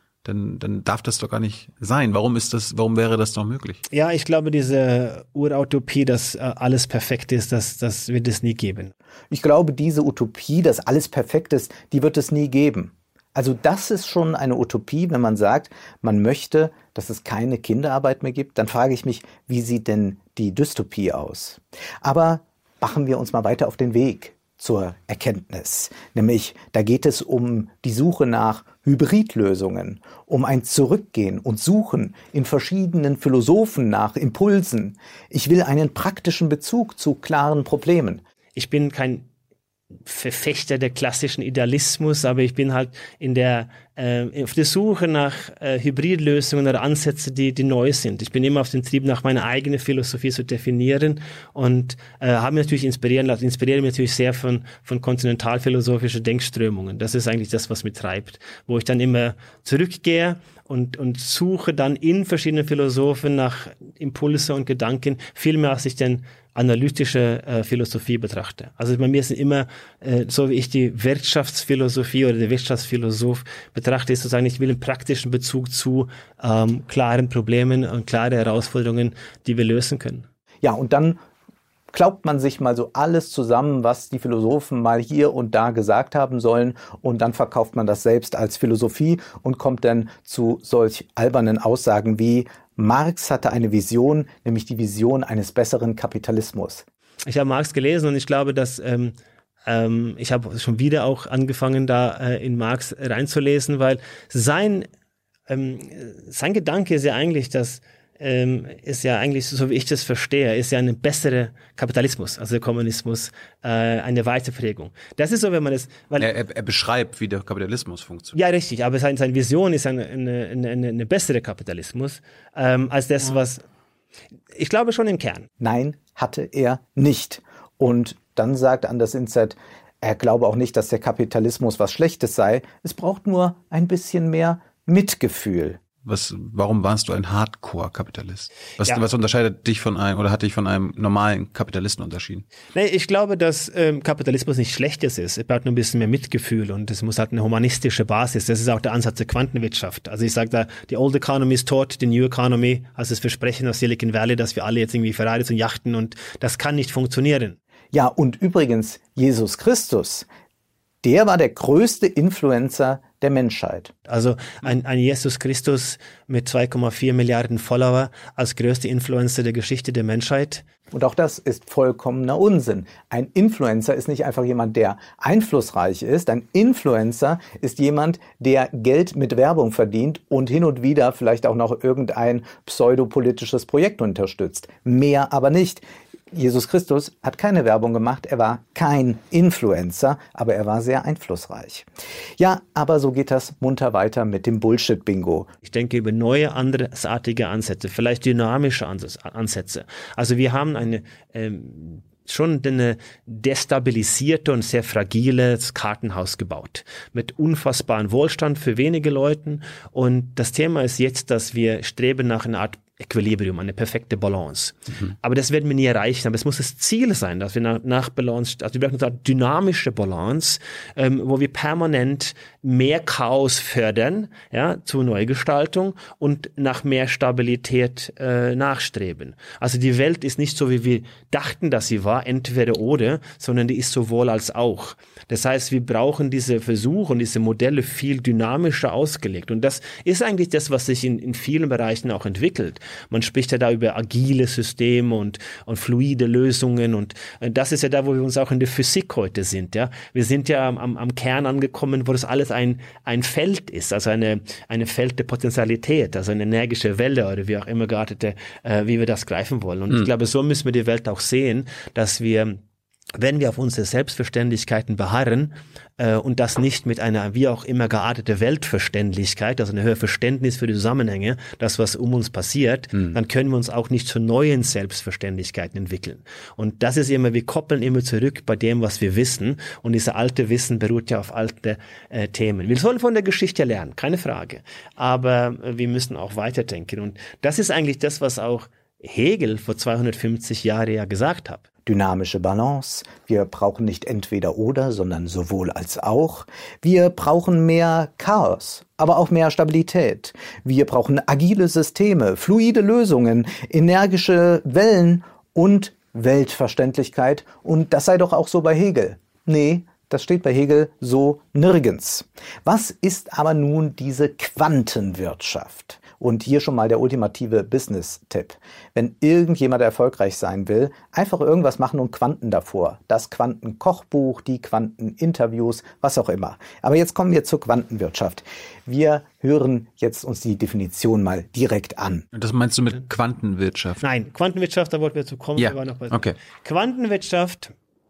B: dann darf das doch gar nicht sein. Warum wäre das doch möglich?
C: Ja, ich glaube, diese Urutopie, dass alles perfekt ist, das wird es nie geben.
A: Ich glaube, diese Utopie, dass alles perfekt ist, die wird es nie geben. Also das ist schon eine Utopie, wenn man sagt, man möchte, dass es keine Kinderarbeit mehr gibt. Dann frage ich mich, wie sieht denn die Dystopie aus? Aber machen wir uns mal weiter auf den Weg zur Erkenntnis. Nämlich, da geht es um die Suche nach Hybridlösungen, um ein Zurückgehen und Suchen in verschiedenen Philosophen nach Impulsen. Ich will einen praktischen Bezug zu klaren Problemen.
C: Ich bin kein Verfechter der klassischen Idealismus, aber ich bin halt auf der Suche nach Hybridlösungen oder Ansätze, die neu sind. Ich bin immer auf dem Trieb, nach meiner eigenen Philosophie zu definieren und habe mich natürlich inspirieren lassen. Inspiriere mich natürlich sehr von kontinentalphilosophischen Denkströmungen. Das ist eigentlich das, was mich treibt, wo ich dann immer zurückgehe und suche dann in verschiedenen Philosophen nach Impulse und Gedanken, viel mehr als ich denn analytische Philosophie betrachte. Also bei mir ist immer, so wie ich die Wirtschaftsphilosophie oder der Wirtschaftsphilosoph betrachte, ist sozusagen, ich will einen praktischen Bezug zu klaren Problemen und klare Herausforderungen, die wir lösen können.
A: Ja, und dann klaubt man sich mal so alles zusammen, was die Philosophen mal hier und da gesagt haben sollen, und dann verkauft man das selbst als Philosophie und kommt dann zu solch albernen Aussagen wie: Marx hatte eine Vision, nämlich die Vision eines besseren Kapitalismus.
C: Ich habe Marx gelesen und ich glaube, dass ich habe schon wieder auch angefangen, da in Marx reinzulesen, weil sein Gedanke ist ja eigentlich, so wie ich das verstehe, ist ja eine bessere Kapitalismus, also der Kommunismus, eine Weiterprägung. Das ist so, wenn man es...
B: Er beschreibt, wie der Kapitalismus funktioniert.
C: Ja, richtig, aber seine Vision ist eine bessere Kapitalismus, als das, was... Ich glaube schon im Kern.
A: Nein, hatte er nicht. Und dann sagt Anders Inset, er glaube auch nicht, dass der Kapitalismus was Schlechtes sei. Es braucht nur ein bisschen mehr Mitgefühl.
B: Warum warst du ein Hardcore-Kapitalist? Was unterscheidet dich hat dich von einem normalen Kapitalisten unterschieden?
C: Nee, ich glaube, dass Kapitalismus nicht Schlechtes ist. Es braucht nur ein bisschen mehr Mitgefühl und es muss halt eine humanistische Basis. Das ist auch der Ansatz der Quantenwirtschaft. Also ich sage da, die Old Economy ist tot, die New Economy, also das Versprechen aus Silicon Valley, dass wir alle jetzt irgendwie Ferraris und Yachten, und das kann nicht funktionieren.
A: Ja, und übrigens, Jesus Christus, der war der größte Influencer der Menschheit.
C: Also ein Jesus Christus mit 2,4 Milliarden Follower als größte Influencer der Geschichte der Menschheit.
A: Und auch das ist vollkommener Unsinn. Ein Influencer ist nicht einfach jemand, der einflussreich ist. Ein Influencer ist jemand, der Geld mit Werbung verdient und hin und wieder vielleicht auch noch irgendein pseudopolitisches Projekt unterstützt. Mehr aber nicht. Jesus Christus hat keine Werbung gemacht, er war kein Influencer, aber er war sehr einflussreich. Ja, aber so geht das munter weiter mit dem Bullshit-Bingo.
C: Ich denke über neue, andersartige Ansätze, vielleicht dynamische Ansätze. Also wir haben schon eine destabilisierte und sehr fragiles Kartenhaus gebaut. Mit unfassbaren Wohlstand für wenige Leute. Und das Thema ist jetzt, dass wir streben nach einer Art Equilibrium, eine perfekte Balance. Aber das werden wir nie erreichen. Aber es muss das Ziel sein, dass wir nach Balance, also wir brauchen eine dynamische Balance, wo wir permanent mehr Chaos fördern, ja, zur Neugestaltung und nach mehr Stabilität nachstreben. Also die Welt ist nicht so, wie wir dachten, dass sie war, entweder oder, sondern die ist sowohl als auch. Das heißt, wir brauchen diese Versuche und diese Modelle viel dynamischer ausgelegt. Und das ist eigentlich das, was sich in vielen Bereichen auch entwickelt. Man spricht ja da über agile Systeme und fluide Lösungen und das ist ja da, wo wir uns auch in der Physik heute sind. Ja, wir sind ja am Kern angekommen, wo das alles ein Feld ist, also eine Feld der Potentialität, also eine energische Welle oder wie auch immer gerade, wie wir das greifen wollen. Und ich glaube, so müssen wir die Welt auch sehen, dass wir, wenn wir auf unsere Selbstverständlichkeiten beharren und das nicht mit einer wie auch immer geartete Weltverständlichkeit, also eine höhere Verständnis für die Zusammenhänge, das, was um uns passiert, dann können wir uns auch nicht zu neuen Selbstverständlichkeiten entwickeln. Und das ist immer, wir koppeln immer zurück bei dem, was wir wissen und dieses alte Wissen beruht ja auf alte Themen. Wir sollen von der Geschichte lernen, keine Frage, aber wir müssen auch weiterdenken und das ist eigentlich das, was auch Hegel vor 250 Jahren ja gesagt hat.
A: Dynamische Balance. Wir brauchen nicht entweder oder, sondern sowohl als auch. Wir brauchen mehr Chaos, aber auch mehr Stabilität. Wir brauchen agile Systeme, fluide Lösungen, energische Wellen und Weltverständlichkeit. Und das sei doch auch so bei Hegel. Nee, das steht bei Hegel so nirgends. Was ist aber nun diese Quantenwirtschaft? Und hier schon mal der ultimative Business-Tipp. Wenn irgendjemand erfolgreich sein will, einfach irgendwas machen und Quanten davor. Das Quantenkochbuch, die Quanteninterviews, was auch immer. Aber jetzt kommen wir zur Quantenwirtschaft. Wir hören jetzt uns die Definition mal direkt an.
B: Das meinst du mit Quantenwirtschaft?
C: Nein, Quantenwirtschaft, da wollten wir zu kommen.
B: Ja,
C: aber noch
B: okay.
C: Quantenwirtschaft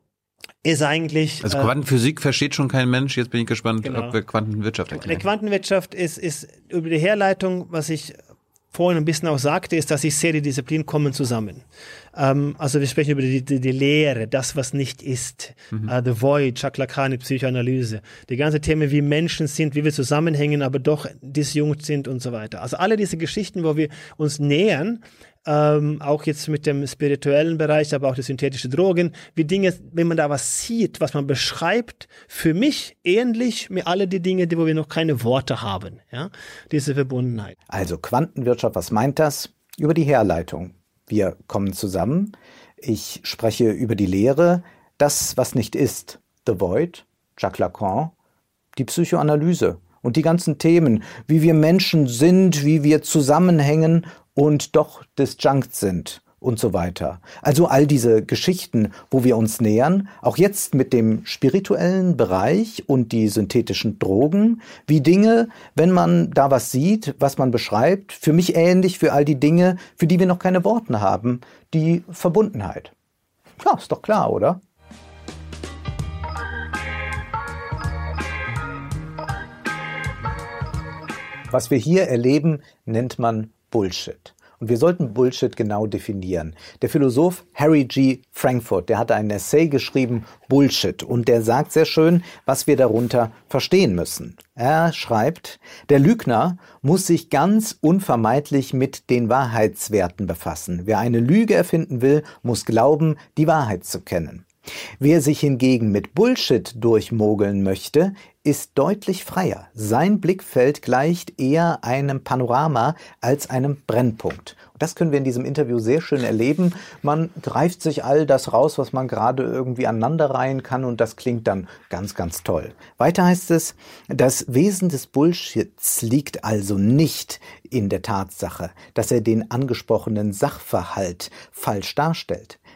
C: ist eigentlich...
B: Also Quantenphysik versteht schon kein Mensch. Jetzt bin ich gespannt,
C: genau.
B: ob wir Quantenwirtschaft erklären.
C: Eine Quantenwirtschaft ist über die Herleitung, was ich vorhin ein bisschen auch sagte, ist, dass ich sehe, die Disziplinen kommen zusammen. Also wir sprechen über die Lehre, das, was nicht ist. The Void, Jacques Lacan, die Psychoanalyse. Die ganzen Themen, wie Menschen sind, wie wir zusammenhängen, aber doch disjunkt sind und so weiter. Also alle diese Geschichten, wo wir uns nähern, auch jetzt mit dem spirituellen Bereich, aber auch die synthetischen Drogen, wie Dinge, wenn man da was sieht, was man beschreibt, für mich ähnlich mit alle die Dinge, wo wir noch keine Worte haben, ja, diese Verbundenheit.
A: Also Quantenwirtschaft, was meint das? Über die Herleitung. Wir kommen zusammen, ich spreche über die Lehre, das, was nicht ist, The Void, Jacques Lacan, die Psychoanalyse und die ganzen Themen, wie wir Menschen sind, wie wir zusammenhängen und doch disjunct sind und so weiter. Also all diese Geschichten, wo wir uns nähern, auch jetzt mit dem spirituellen Bereich und die synthetischen Drogen, wie Dinge, wenn man da was sieht, was man beschreibt, für mich ähnlich für all die Dinge, für die wir noch keine Worte haben, die Verbundenheit. Ja, ist doch klar, oder? Was wir hier erleben, nennt man Bullshit. Und wir sollten Bullshit genau definieren. Der Philosoph Harry G. Frankfurt, der hat einen Essay geschrieben, Bullshit. Und der sagt sehr schön, was wir darunter verstehen müssen. Er schreibt, der Lügner muss sich ganz unvermeidlich mit den Wahrheitswerten befassen. Wer eine Lüge erfinden will, muss glauben, die Wahrheit zu kennen. Wer sich hingegen mit Bullshit durchmogeln möchte, ist deutlich freier. Sein Blickfeld gleicht eher einem Panorama als einem Brennpunkt. Und das können wir in diesem Interview sehr schön erleben. Man greift sich all das raus, was man gerade irgendwie aneinanderreihen kann und das klingt dann ganz, ganz toll. Weiter heißt es, das Wesen des Bullshits liegt also nicht in der Tatsache, dass er den angesprochenen Sachverhalt falsch darstellt.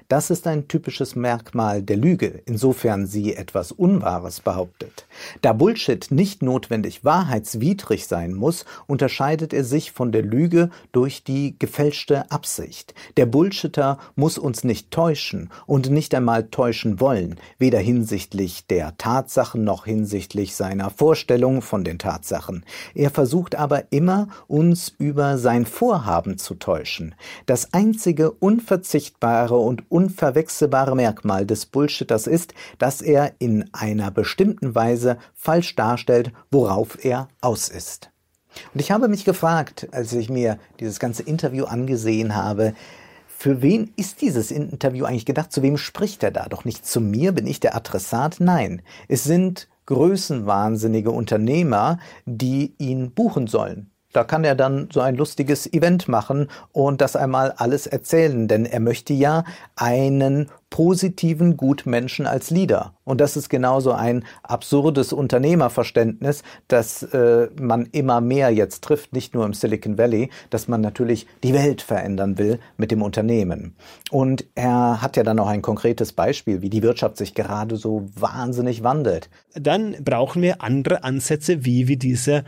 A: Das ist ein typisches Merkmal der Lüge, insofern sie etwas Unwahres behauptet. Da Bullshit nicht notwendig wahrheitswidrig sein muss, unterscheidet er sich von der Lüge durch die gefälschte Absicht. Der Bullshitter muss uns nicht täuschen und nicht einmal täuschen wollen, weder hinsichtlich der Tatsachen noch hinsichtlich seiner Vorstellung von den Tatsachen. Er versucht aber immer, uns über sein Vorhaben zu täuschen. Das einzige unverzichtbare und unverwechselbare Merkmal des Bullshitters ist, dass er in einer bestimmten Weise falsch darstellt, worauf er aus ist. Und ich habe mich gefragt, als ich mir dieses ganze Interview angesehen habe, für wen ist dieses Interview eigentlich gedacht? Zu wem spricht er da? Doch nicht zu mir, bin ich der Adressat? Nein, es sind größenwahnsinnige Unternehmer, die ihn buchen sollen. Da kann er dann so ein lustiges Event machen und das einmal alles erzählen, denn er möchte ja einen positiven Gutmenschen als Leader. Und das ist genauso ein absurdes Unternehmerverständnis, das man immer mehr jetzt trifft, nicht nur im Silicon Valley, dass man natürlich die Welt verändern will mit dem Unternehmen. Und er hat ja dann noch ein konkretes Beispiel, wie die Wirtschaft sich gerade so wahnsinnig wandelt.
J: Dann brauchen wir andere Ansätze, wie wir diese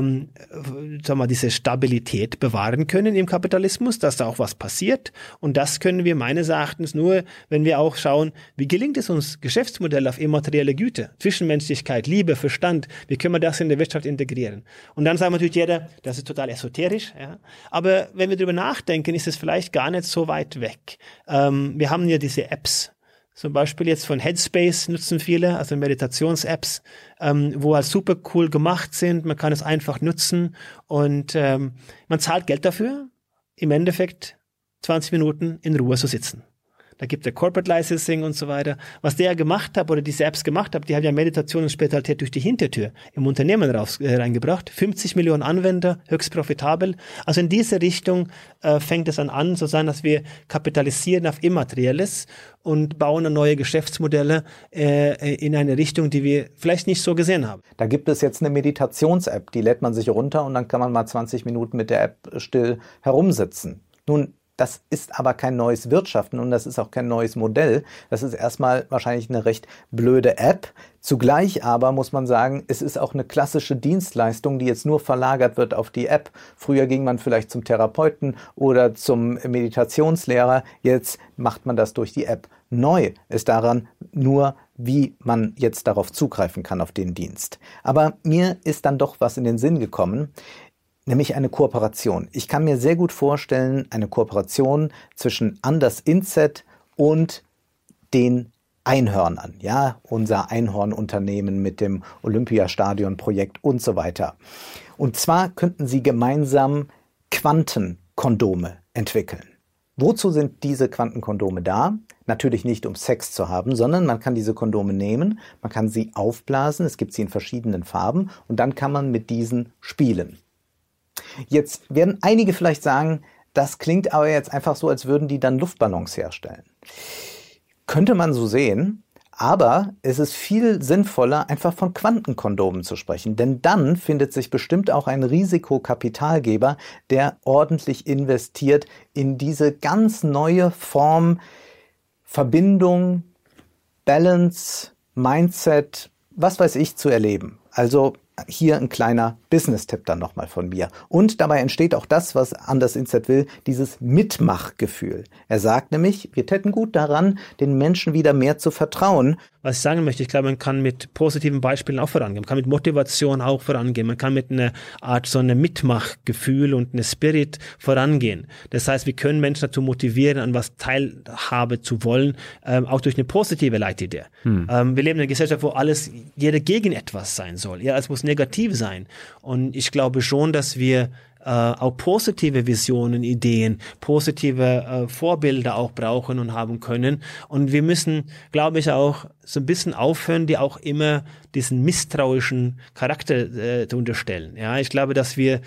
J: Stabilität bewahren können im Kapitalismus, dass da auch was passiert. Und das können wir meines Erachtens nur, wenn wir auch schauen, wie gelingt es uns, Geschäftsmodelle auf immaterielle Güte, Zwischenmenschlichkeit, Liebe, Verstand, wie können wir das in der Wirtschaft integrieren? Und dann sagt natürlich jeder, das ist total esoterisch, ja. Aber wenn wir darüber nachdenken, ist es vielleicht gar nicht so weit weg. Wir haben ja diese Apps, zum Beispiel jetzt von Headspace nutzen viele, also Meditations-Apps, wo halt super cool gemacht sind, man kann es einfach nutzen und man zahlt Geld dafür, im Endeffekt 20 Minuten in Ruhe zu sitzen. Da gibt es Corporate Licensing und so weiter. Was der gemacht hat oder diese Apps gemacht hat, die haben ja Meditation und Spiritualität durch die Hintertür im Unternehmen reingebracht. 50 Millionen Anwender, höchst profitabel. Also in diese Richtung fängt es an zu sein, dass wir kapitalisieren auf Immaterielles und bauen neue Geschäftsmodelle in eine Richtung, die wir vielleicht nicht so gesehen haben.
A: Da gibt es jetzt eine Meditations-App, die lädt man sich runter und dann kann man mal 20 Minuten mit der App still herumsitzen. Nun, das ist aber kein neues Wirtschaften und das ist auch kein neues Modell. Das ist erstmal wahrscheinlich eine recht blöde App. Zugleich aber muss man sagen, es ist auch eine klassische Dienstleistung, die jetzt nur verlagert wird auf die App. Früher ging man vielleicht zum Therapeuten oder zum Meditationslehrer. Jetzt macht man das durch die App. Neu ist daran nur, wie man jetzt darauf zugreifen kann, auf den Dienst. Aber mir ist dann doch was in den Sinn gekommen. Nämlich eine Kooperation. Ich kann mir sehr gut vorstellen, eine Kooperation zwischen Anders Inset und den Einhörnern, ja, unser Einhornunternehmen mit dem Olympiastadion-Projekt und so weiter. Und zwar könnten sie gemeinsam Quantenkondome entwickeln. Wozu sind diese Quantenkondome da? Natürlich nicht, um Sex zu haben, sondern man kann diese Kondome nehmen, man kann sie aufblasen, es gibt sie in verschiedenen Farben und dann kann man mit diesen spielen. Jetzt werden einige vielleicht sagen, das klingt aber jetzt einfach so, als würden die dann Luftballons herstellen. Könnte man so sehen, aber es ist viel sinnvoller, einfach von Quantenkondomen zu sprechen. Denn dann findet sich bestimmt auch ein Risikokapitalgeber, der ordentlich investiert in diese ganz neue Form Verbindung, Balance, Mindset, was weiß ich, zu erleben. Also hier ein kleiner Business-Tipp dann nochmal von mir. Und dabei entsteht auch das, was Anders Inset will, dieses Mitmachgefühl. Er sagt nämlich, wir täten gut daran, den Menschen wieder mehr zu vertrauen.
J: Was ich sagen möchte, ich glaube, man kann mit positiven Beispielen auch vorangehen. Man kann mit Motivation auch vorangehen. Man kann mit einer Art so einem Mitmachgefühl und einem Spirit vorangehen. Das heißt, wir können Menschen dazu motivieren, an was Teilhabe zu wollen, auch durch eine positive Leitidee. Wir leben in einer Gesellschaft, wo jeder gegen etwas sein soll. Ja, es muss negativ sein. Und ich glaube schon, dass wir auch positive Visionen, Ideen, positive Vorbilder auch brauchen und haben können. Und wir müssen, glaube ich, auch so ein bisschen aufhören, die auch immer diesen misstrauischen Charakter zu unterstellen. Ja, ich glaube, dass wir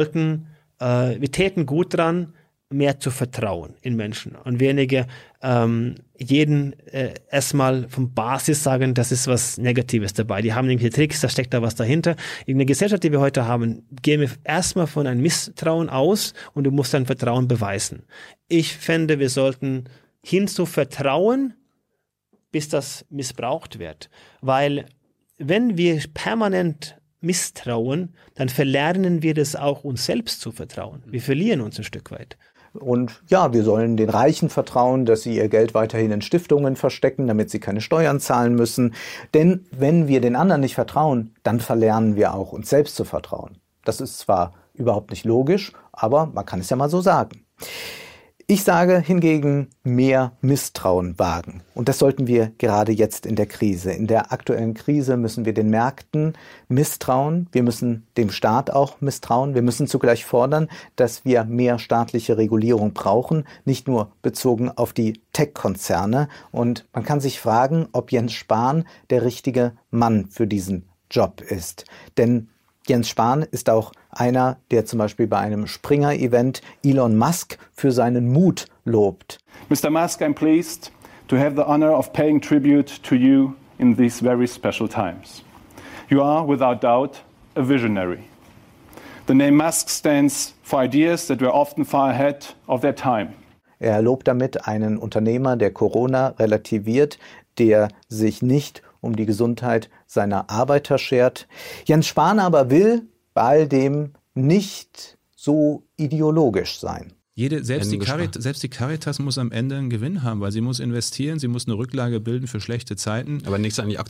J: täten gut dran, mehr zu vertrauen in Menschen und weniger jeden erstmal von Basis sagen, das ist was Negatives dabei. Die haben irgendwelche Tricks, da steckt da was dahinter. In der Gesellschaft, die wir heute haben, gehen wir erstmal von einem Misstrauen aus und du musst dein Vertrauen beweisen. Ich fände, wir sollten hin zu Vertrauen, bis das missbraucht wird. Weil wenn wir permanent misstrauen, dann verlernen wir das auch, uns selbst zu vertrauen. Wir verlieren uns ein Stück weit.
A: Und ja, wir sollen den Reichen vertrauen, dass sie ihr Geld weiterhin in Stiftungen verstecken, damit sie keine Steuern zahlen müssen. Denn wenn wir den anderen nicht vertrauen, dann verlernen wir auch, uns selbst zu vertrauen. Das ist zwar überhaupt nicht logisch, aber man kann es ja mal so sagen. Ich sage hingegen, mehr Misstrauen wagen. Und das sollten wir gerade jetzt in der Krise. In der aktuellen Krise müssen wir den Märkten misstrauen. Wir müssen dem Staat auch misstrauen. Wir müssen zugleich fordern, dass wir mehr staatliche Regulierung brauchen, nicht nur bezogen auf die Tech-Konzerne. Und man kann sich fragen, ob Jens Spahn der richtige Mann für diesen Job ist. Denn Jens Spahn ist auch einer, der zum Beispiel bei einem Springer-Event Elon Musk für seinen Mut lobt.
K: Mr. Musk, I'm pleased to have the honor of paying tribute to you in these very special times. You are, without doubt, a visionary. The name Musk stands for ideas that were often far ahead of their time.
A: Er lobt damit einen Unternehmer, der Corona relativiert, der sich nicht um die Gesundheit seiner Arbeiter schert. Jens Spahn aber will bei all dem nicht so ideologisch sein.
F: Selbst die Caritas muss am Ende einen Gewinn haben, weil sie muss investieren, sie muss eine Rücklage bilden für schlechte Zeiten.
B: Aber nichts an die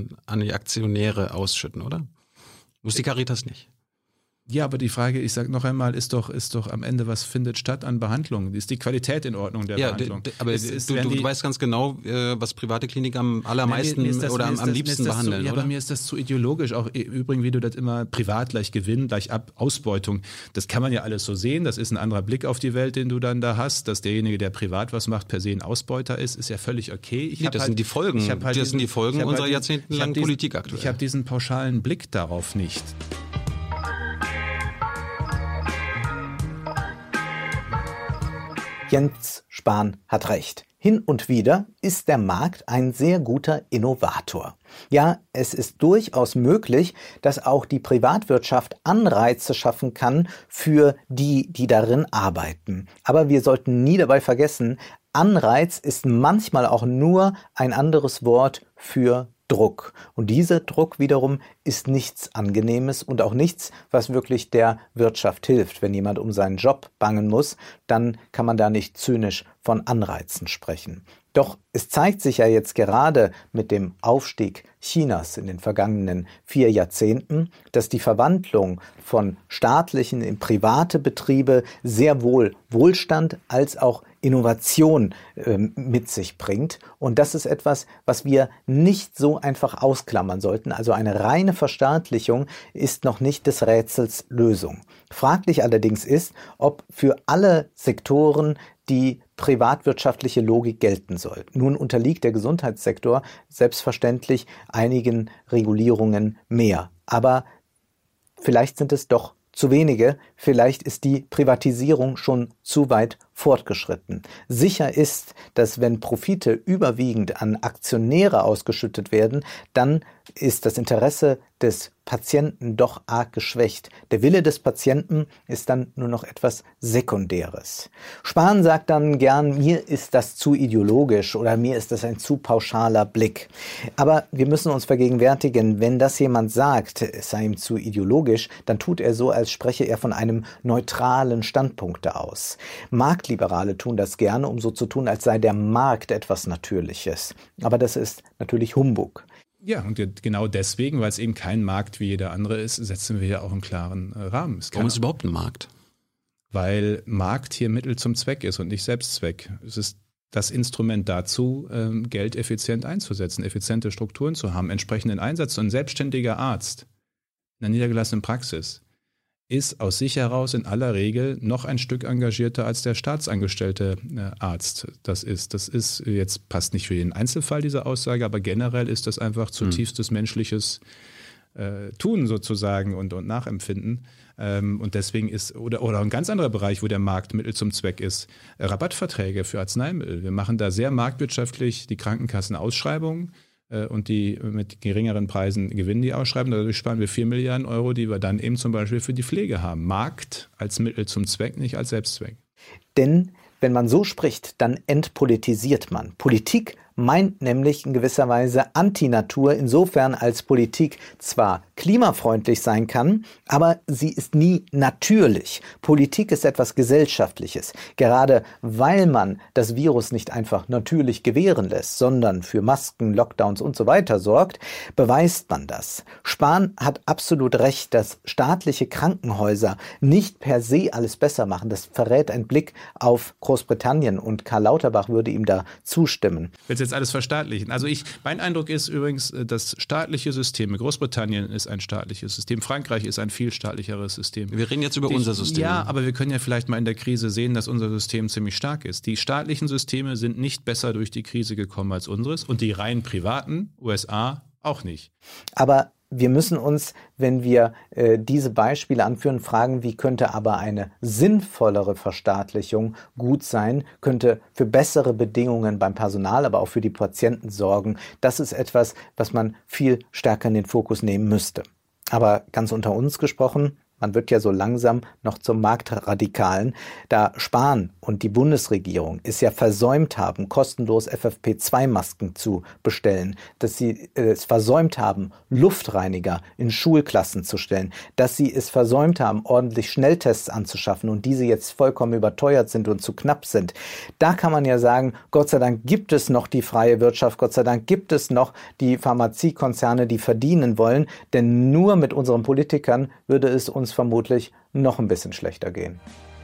B: Aktionäre ausschütten, oder? Muss die Caritas nicht.
F: Ja, aber die Frage, ich sage noch einmal, ist doch am Ende, was findet statt an Behandlung? Ist die Qualität in Ordnung der Behandlung?
B: Aber du weißt ganz genau, was private Kliniken am allermeisten oder am liebsten behandeln,
F: oder?
B: Bei
F: mir ist das zu ideologisch. Auch übrigens, wie du das immer privat gleich Gewinn, gleich Ausbeutung. Das kann man ja alles so sehen. Das ist ein anderer Blick auf die Welt, den du dann da hast. Dass derjenige, der privat was macht, per se ein Ausbeuter ist ja völlig okay.
B: Das sind die Folgen unserer jahrzehntelangen Politik aktuell.
F: Ich habe diesen pauschalen Blick darauf nicht.
A: Jens Spahn hat recht. Hin und wieder ist der Markt ein sehr guter Innovator. Ja, es ist durchaus möglich, dass auch die Privatwirtschaft Anreize schaffen kann für die darin arbeiten. Aber wir sollten nie dabei vergessen, Anreiz ist manchmal auch nur ein anderes Wort für Druck. Und dieser Druck wiederum ist nichts Angenehmes und auch nichts, was wirklich der Wirtschaft hilft. Wenn jemand um seinen Job bangen muss, dann kann man da nicht zynisch von Anreizen sprechen. Doch es zeigt sich ja jetzt gerade mit dem Aufstieg Chinas in den vergangenen 4 Jahrzehnten, dass die Verwandlung von staatlichen in private Betriebe sehr wohl Wohlstand als auch Innovation mit sich bringt. Und das ist etwas, was wir nicht so einfach ausklammern sollten. Also eine reine Verstaatlichung ist noch nicht des Rätsels Lösung. Fraglich allerdings ist, ob für alle Sektoren die privatwirtschaftliche Logik gelten soll. Nun unterliegt der Gesundheitssektor selbstverständlich einigen Regulierungen mehr. Aber vielleicht sind es doch zu wenige, vielleicht ist die Privatisierung schon zu weit fortgeschritten. Sicher ist, dass wenn Profite überwiegend an Aktionäre ausgeschüttet werden, dann ist das Interesse des Patienten doch arg geschwächt. Der Wille des Patienten ist dann nur noch etwas Sekundäres. Spahn sagt dann gern, mir ist das zu ideologisch oder mir ist das ein zu pauschaler Blick. Aber wir müssen uns vergegenwärtigen, wenn das jemand sagt, es sei ihm zu ideologisch, dann tut er so, als spreche er von einem neutralen Standpunkt aus. Marktliberale tun das gerne, um so zu tun, als sei der Markt etwas Natürliches. Aber das ist natürlich Humbug.
F: Ja, und genau deswegen, weil es eben kein Markt wie jeder andere ist, setzen wir ja auch einen klaren Rahmen.
B: Warum ist es überhaupt ein Markt?
F: Weil Markt hier Mittel zum Zweck ist und nicht Selbstzweck. Es ist das Instrument dazu, Geld effizient einzusetzen, effiziente Strukturen zu haben, entsprechenden Einsatz. Und ein selbstständiger Arzt in einer niedergelassenen Praxis ist aus sich heraus in aller Regel noch ein Stück engagierter als der staatsangestellte Arzt das ist. Das ist jetzt, passt nicht für jeden Einzelfall, diese Aussage, aber generell ist das einfach zutiefstes menschliches Tun sozusagen und Nachempfinden. Und deswegen ist, oder ein ganz anderer Bereich, wo der Markt Mittel zum Zweck ist, Rabattverträge für Arzneimittel. Wir machen da sehr marktwirtschaftlich die Krankenkassen Ausschreibungen. Und die mit geringeren Preisen gewinnen die Ausschreibungen. Dadurch sparen wir 4 Milliarden Euro, die wir dann eben zum Beispiel für die Pflege haben. Markt als Mittel zum Zweck, nicht als Selbstzweck.
A: Denn wenn man so spricht, dann entpolitisiert man. Politik meint nämlich in gewisser Weise Antinatur, insofern als Politik zwar klimafreundlich sein kann, aber sie ist nie natürlich. Politik ist etwas Gesellschaftliches. Gerade weil man das Virus nicht einfach natürlich gewähren lässt, sondern für Masken, Lockdowns und so weiter sorgt, beweist man das. Spahn hat absolut recht, dass staatliche Krankenhäuser nicht per se alles besser machen. Das verrät ein Blick auf Großbritannien und Karl Lauterbach würde ihm da zustimmen.
F: Jetzt alles verstaatlichen. Also mein Eindruck ist übrigens, das staatliche System, Großbritannien ist ein staatliches System, Frankreich ist ein viel staatlicheres System.
B: Wir reden jetzt über unser System.
F: Ja, aber wir können ja vielleicht mal in der Krise sehen, dass unser System ziemlich stark ist. Die staatlichen Systeme sind nicht besser durch die Krise gekommen als unseres und die rein privaten, USA, auch nicht.
A: Aber wir müssen uns, wenn wir diese Beispiele anführen, fragen, wie könnte aber eine sinnvollere Verstaatlichung gut sein, könnte für bessere Bedingungen beim Personal, aber auch für die Patienten sorgen. Das ist etwas, was man viel stärker in den Fokus nehmen müsste. Aber ganz unter uns gesprochen, man wird ja so langsam noch zum Marktradikalen, da Spahn und die Bundesregierung es ja versäumt haben, kostenlos FFP2-Masken zu bestellen, dass sie es versäumt haben, Luftreiniger in Schulklassen zu stellen, dass sie es versäumt haben, ordentlich Schnelltests anzuschaffen und diese jetzt vollkommen überteuert sind und zu knapp sind. Da kann man ja sagen, Gott sei Dank gibt es noch die freie Wirtschaft, Gott sei Dank gibt es noch die Pharmaziekonzerne, die verdienen wollen, denn nur mit unseren Politikern würde es uns vermutlich noch ein bisschen schlechter gehen.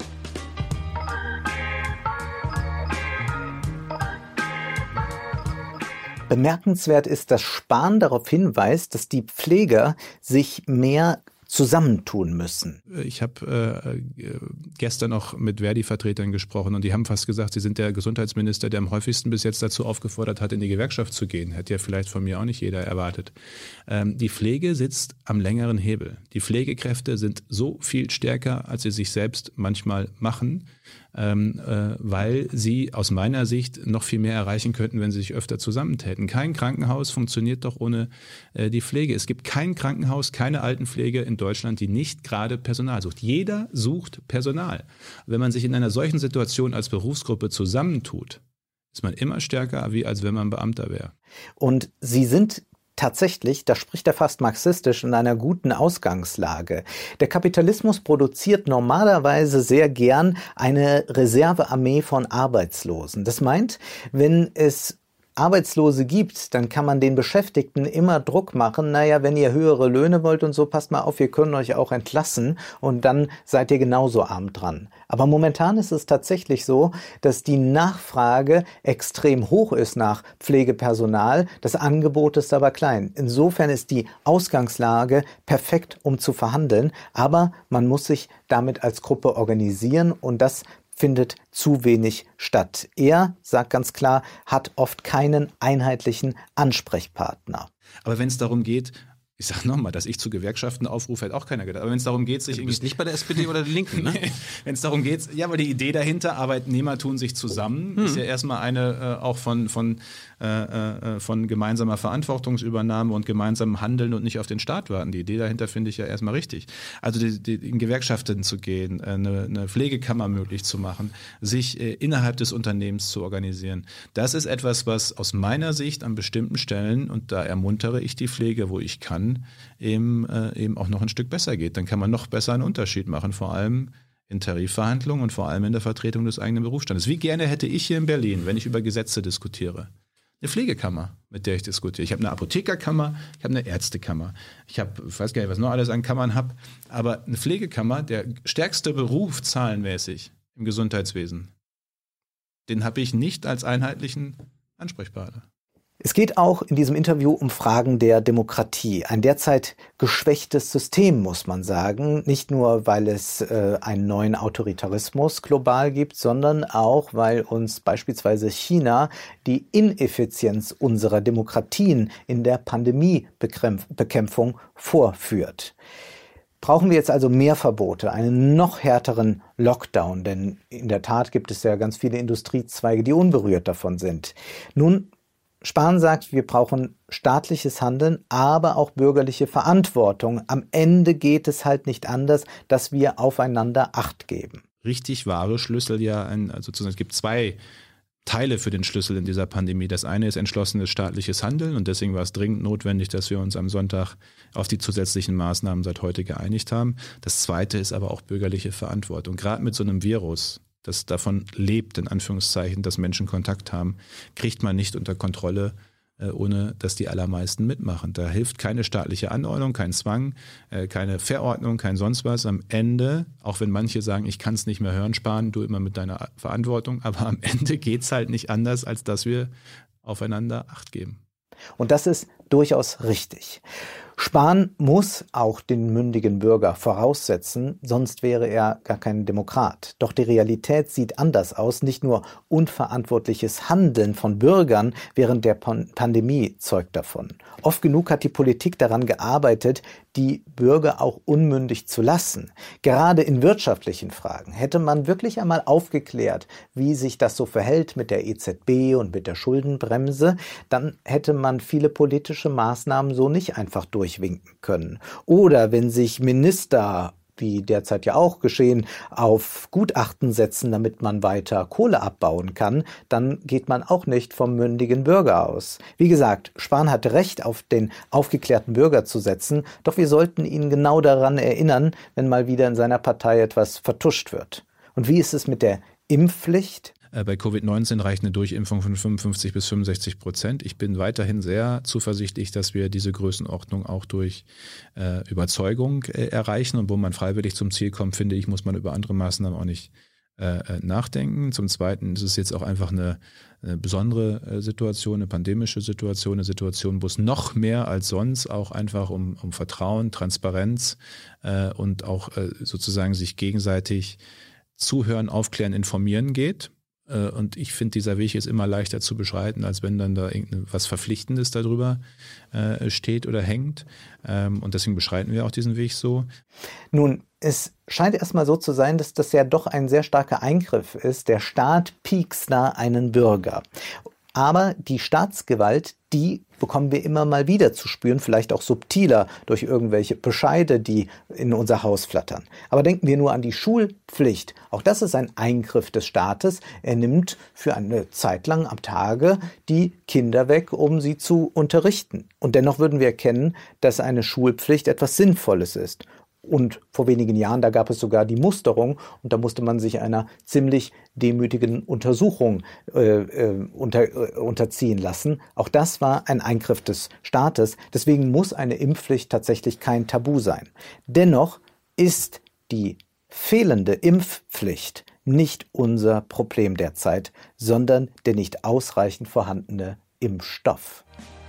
A: Bemerkenswert ist, dass Spahn darauf hinweist, dass die Pfleger sich mehr zusammentun müssen.
F: Ich habe gestern noch mit Verdi-Vertretern gesprochen und die haben fast gesagt, sie sind der Gesundheitsminister, der am häufigsten bis jetzt dazu aufgefordert hat, in die Gewerkschaft zu gehen. Hätte ja vielleicht von mir auch nicht jeder erwartet. Die Pflege sitzt am längeren Hebel. Die Pflegekräfte sind so viel stärker, als sie sich selbst manchmal machen, weil sie aus meiner Sicht noch viel mehr erreichen könnten, wenn sie sich öfter zusammentäten. Kein Krankenhaus funktioniert doch ohne die Pflege. Es gibt kein Krankenhaus, keine Altenpflege in Deutschland, die nicht gerade Personal sucht. Jeder sucht Personal. Wenn man sich in einer solchen Situation als Berufsgruppe zusammentut, ist man immer stärker, wie als wenn man Beamter wäre.
A: Und Sie sind tatsächlich, da spricht er fast marxistisch, in einer guten Ausgangslage. Der Kapitalismus produziert normalerweise sehr gern eine Reservearmee von Arbeitslosen. Das meint, wenn es Arbeitslose gibt, dann kann man den Beschäftigten immer Druck machen, naja, wenn ihr höhere Löhne wollt und so, passt mal auf, wir können euch auch entlassen und dann seid ihr genauso arm dran. Aber momentan ist es tatsächlich so, dass die Nachfrage extrem hoch ist nach Pflegepersonal, das Angebot ist aber klein. Insofern ist die Ausgangslage perfekt, um zu verhandeln, aber man muss sich damit als Gruppe organisieren und das findet zu wenig statt. Er, sagt ganz klar, hat oft keinen einheitlichen Ansprechpartner.
F: Aber wenn es darum geht, ich sage nochmal, dass ich zu Gewerkschaften aufrufe, hätte auch keiner gedacht. Aber wenn es darum geht, sich...
B: Du bist nicht bei der SPD oder der Linken, ne?
F: Wenn es darum geht, ja, aber die Idee dahinter, Arbeitnehmer tun sich zusammen, ist ja erstmal eine auch von gemeinsamer Verantwortungsübernahme und gemeinsamem Handeln und nicht auf den Staat warten. Die Idee dahinter finde ich ja erstmal richtig. Also in Gewerkschaften zu gehen, eine Pflegekammer möglich zu machen, sich innerhalb des Unternehmens zu organisieren. Das ist etwas, was aus meiner Sicht an bestimmten Stellen, und da ermuntere ich die Pflege, wo ich kann, eben auch noch ein Stück besser geht. Dann kann man noch besser einen Unterschied machen, vor allem in Tarifverhandlungen und vor allem in der Vertretung des eigenen Berufsstandes. Wie gerne hätte ich hier in Berlin, wenn ich über Gesetze diskutiere, eine Pflegekammer, mit der ich diskutiere. Ich habe eine Apothekerkammer, ich habe eine Ärztekammer. Ich weiß gar nicht, was noch alles an Kammern habe, aber eine Pflegekammer, der stärkste Beruf zahlenmäßig im Gesundheitswesen, den habe ich nicht als einheitlichen Ansprechpartner.
A: Es geht auch in diesem Interview um Fragen der Demokratie. Ein derzeit geschwächtes System, muss man sagen. Nicht nur, weil es einen neuen Autoritarismus global gibt, sondern auch, weil uns beispielsweise China die Ineffizienz unserer Demokratien in der Pandemiebekämpfung vorführt. Brauchen wir jetzt also mehr Verbote, einen noch härteren Lockdown? Denn in der Tat gibt es ja ganz viele Industriezweige, die unberührt davon sind. Nun, Spahn sagt, wir brauchen staatliches Handeln, aber auch bürgerliche Verantwortung. Am Ende geht es halt nicht anders, dass wir aufeinander Acht geben.
F: richtig wahre Schlüssel ja sozusagen, es gibt zwei Teile für den Schlüssel in dieser Pandemie. Das eine ist entschlossenes staatliches Handeln und deswegen war es dringend notwendig, dass wir uns am Sonntag auf die zusätzlichen Maßnahmen seit heute geeinigt haben. Das zweite ist aber auch bürgerliche Verantwortung. Gerade mit so einem Virus, das davon lebt, in Anführungszeichen, dass Menschen Kontakt haben, kriegt man nicht unter Kontrolle, ohne dass die allermeisten mitmachen. Da hilft keine staatliche Anordnung, kein Zwang, keine Verordnung, kein sonst was. Am Ende, auch wenn manche sagen, ich kann es nicht mehr hören, sparen, du immer mit deiner Verantwortung, aber am Ende geht es halt nicht anders, als dass wir aufeinander Acht geben.
A: Und das ist durchaus richtig. Spahn muss auch den mündigen Bürger voraussetzen, sonst wäre er gar kein Demokrat. Doch die Realität sieht anders aus. Nicht nur unverantwortliches Handeln von Bürgern während der Pandemie zeugt davon. Oft genug hat die Politik daran gearbeitet, die Bürger auch unmündig zu lassen. Gerade in wirtschaftlichen Fragen hätte man wirklich einmal aufgeklärt, wie sich das so verhält mit der EZB und mit der Schuldenbremse, dann hätte man viele politische Maßnahmen so nicht einfach durchwinken können. Oder wenn sich Minister, wie derzeit ja auch geschehen, auf Gutachten setzen, damit man weiter Kohle abbauen kann, dann geht man auch nicht vom mündigen Bürger aus. Wie gesagt, Spahn hatte recht, auf den aufgeklärten Bürger zu setzen, doch wir sollten ihn genau daran erinnern, wenn mal wieder in seiner Partei etwas vertuscht wird. Und wie ist es mit der Impfpflicht?
F: Bei Covid-19 reicht eine Durchimpfung von 55-65%. Ich bin weiterhin sehr zuversichtlich, dass wir diese Größenordnung auch durch Überzeugung erreichen. Und wo man freiwillig zum Ziel kommt, finde ich, muss man über andere Maßnahmen auch nicht nachdenken. Zum Zweiten ist es jetzt auch einfach eine besondere Situation, eine pandemische Situation, eine Situation, wo es noch mehr als sonst auch einfach um Vertrauen, Transparenz und auch sozusagen sich gegenseitig zuhören, aufklären, informieren geht. Und ich finde, dieser Weg ist immer leichter zu beschreiten, als wenn dann da irgendwas Verpflichtendes darüber steht oder hängt. Und deswegen beschreiten wir auch diesen Weg so.
A: Nun, es scheint erstmal so zu sein, dass das ja doch ein sehr starker Eingriff ist. Der Staat piekst da einen Bürger. Aber die Staatsgewalt, die bekommen wir immer mal wieder zu spüren, vielleicht auch subtiler durch irgendwelche Bescheide, die in unser Haus flattern. Aber denken wir nur an die Schulpflicht. Auch das ist ein Eingriff des Staates. Er nimmt für eine Zeit lang am Tage die Kinder weg, um sie zu unterrichten. Und dennoch würden wir erkennen, dass eine Schulpflicht etwas Sinnvolles ist. Und vor wenigen Jahren, da gab es sogar die Musterung und da musste man sich einer ziemlich demütigen Untersuchung unterziehen lassen. Auch das war ein Eingriff des Staates. Deswegen muss eine Impfpflicht tatsächlich kein Tabu sein. Dennoch ist die fehlende Impfpflicht nicht unser Problem derzeit, sondern der nicht ausreichend vorhandene Impfstoff.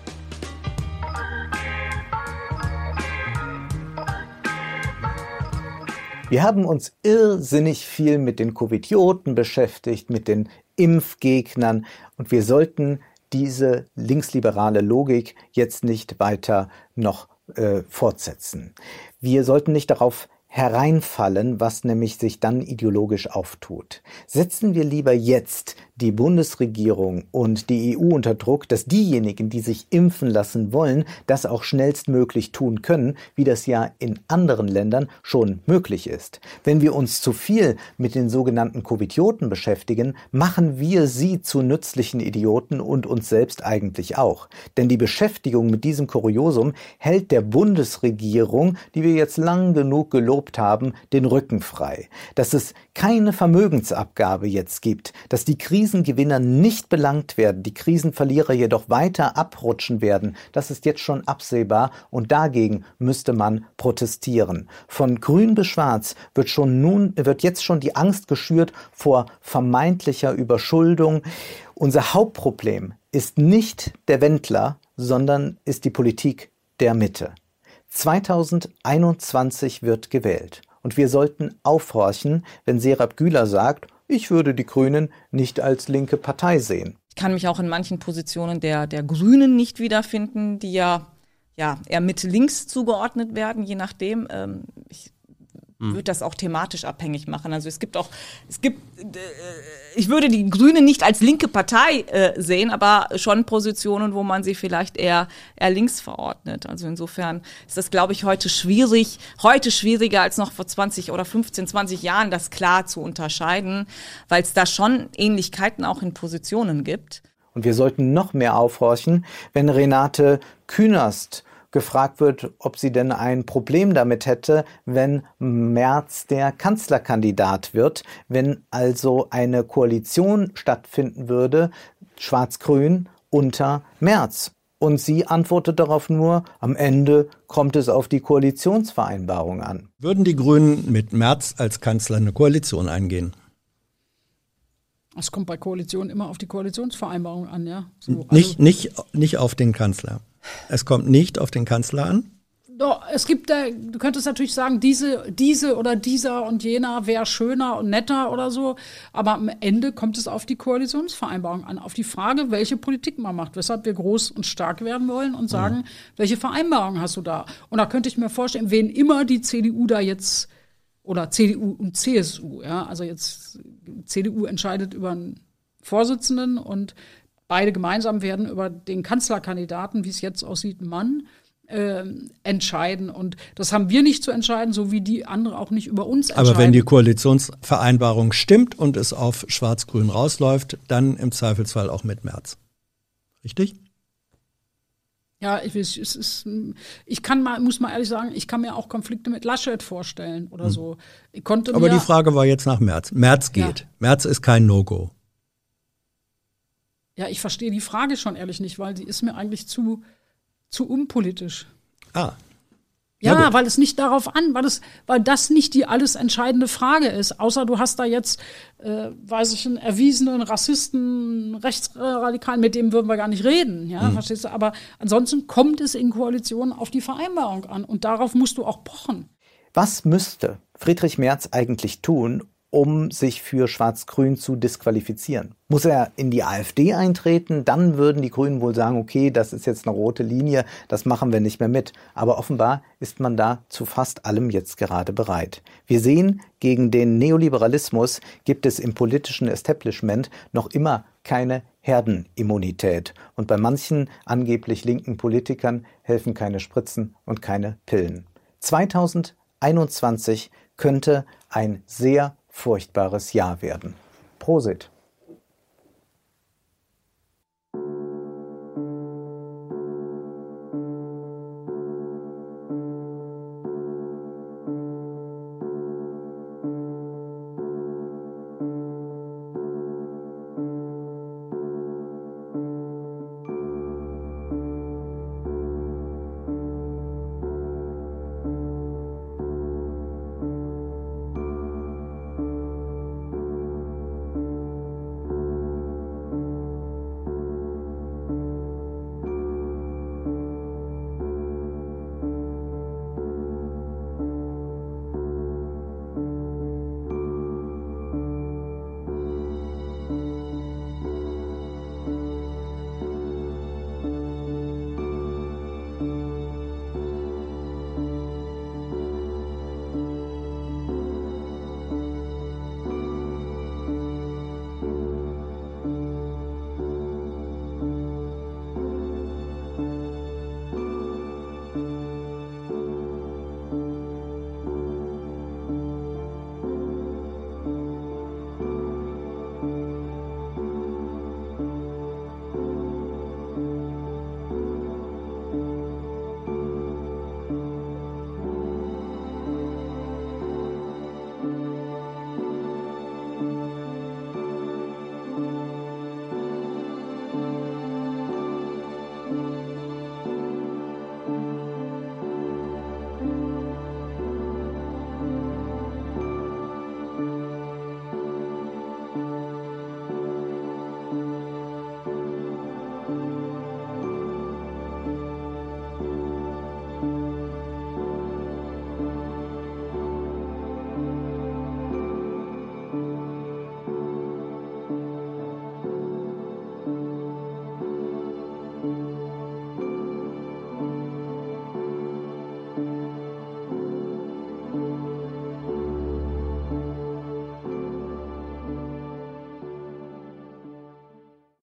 A: Wir haben uns irrsinnig viel mit den Covidioten beschäftigt, mit den Impfgegnern und wir sollten diese linksliberale Logik jetzt nicht weiter noch fortsetzen. Wir sollten nicht darauf hereinfallen, was nämlich sich dann ideologisch auftut. Setzen wir lieber jetzt die Bundesregierung und die EU unter Druck, dass diejenigen, die sich impfen lassen wollen, das auch schnellstmöglich tun können, wie das ja in anderen Ländern schon möglich ist. Wenn wir uns zu viel mit den sogenannten Covidioten beschäftigen, machen wir sie zu nützlichen Idioten und uns selbst eigentlich auch. Denn die Beschäftigung mit diesem Kuriosum hält der Bundesregierung, die wir jetzt lang genug gelobt haben, den Rücken frei. Dass es keine Vermögensabgabe jetzt gibt, dass die Krisengewinner nicht belangt werden, die Krisenverlierer jedoch weiter abrutschen werden, das ist jetzt schon absehbar und dagegen müsste man protestieren. Von grün bis schwarz wird jetzt schon die Angst geschürt vor vermeintlicher Überschuldung. Unser Hauptproblem ist nicht der Wendler, sondern ist die Politik der Mitte. 2021 wird gewählt. Und wir sollten aufhorchen, wenn Serap Güler sagt, ich würde die Grünen nicht als linke Partei sehen.
E: Ich kann mich auch in manchen Positionen der Grünen nicht wiederfinden, die ja eher Mitte-links zugeordnet werden, je nachdem. Ich würde das auch thematisch abhängig machen. Also ich würde die Grünen nicht als linke Partei sehen, aber schon Positionen, wo man sie vielleicht eher links verordnet. Also insofern ist das, glaube ich, heute schwieriger als noch vor 20 oder 15, 20 Jahren, das klar zu unterscheiden, weil es da schon Ähnlichkeiten auch in Positionen gibt.
A: Und wir sollten noch mehr aufhorchen, wenn Renate Künast gefragt wird, ob sie denn ein Problem damit hätte, wenn Merz der Kanzlerkandidat wird, wenn also eine Koalition stattfinden würde, Schwarz-Grün unter Merz. Und sie antwortet darauf nur, am Ende kommt es auf die Koalitionsvereinbarung an.
G: Würden die Grünen mit Merz als Kanzler eine Koalition eingehen?
D: Es kommt bei Koalitionen immer auf die Koalitionsvereinbarung an, ja. So,
G: Nicht auf den Kanzler. Es kommt nicht auf den Kanzler an?
D: Doch, es gibt du könntest natürlich sagen, diese oder dieser und jener wäre schöner und netter oder so, aber am Ende kommt es auf die Koalitionsvereinbarung an, auf die Frage, welche Politik man macht, weshalb wir groß und stark werden wollen und sagen, welche Vereinbarung hast du da? Und da könnte ich mir vorstellen, wen immer die CDU da jetzt, oder CDU und CSU, ja, also jetzt CDU entscheidet über einen Vorsitzenden und beide gemeinsam werden über den Kanzlerkandidaten, wie es jetzt aussieht, Mann, entscheiden. Und das haben wir nicht zu entscheiden, so wie die andere auch nicht über uns entscheiden.
G: Aber wenn die Koalitionsvereinbarung stimmt und es auf Schwarz-Grün rausläuft, dann im Zweifelsfall auch mit Merz. Richtig?
D: Ja, muss mal ehrlich sagen, ich kann mir auch Konflikte mit Laschet vorstellen oder so.
G: Aber die Frage war jetzt nach Merz. Merz geht. Ja. Merz ist kein No-Go.
D: Ja, ich verstehe die Frage schon ehrlich nicht, weil die ist mir eigentlich zu unpolitisch. Ja, weil es nicht darauf weil das nicht die alles entscheidende Frage ist. Außer du hast da jetzt, einen erwiesenen Rassisten, Rechtsradikalen, mit dem würden wir gar nicht reden, ja, verstehst du? Aber ansonsten kommt es in Koalitionen auf die Vereinbarung an und darauf musst du auch pochen.
A: Was müsste Friedrich Merz eigentlich tun, um sich für Schwarz-Grün zu disqualifizieren? Muss er in die AfD eintreten? Dann würden die Grünen wohl sagen, okay, das ist jetzt eine rote Linie, das machen wir nicht mehr mit. Aber offenbar ist man da zu fast allem jetzt gerade bereit. Wir sehen, gegen den Neoliberalismus gibt es im politischen Establishment noch immer keine Herdenimmunität. Und bei manchen angeblich linken Politikern helfen keine Spritzen und keine Pillen. 2021 könnte ein sehr furchtbares Jahr werden. Prosit.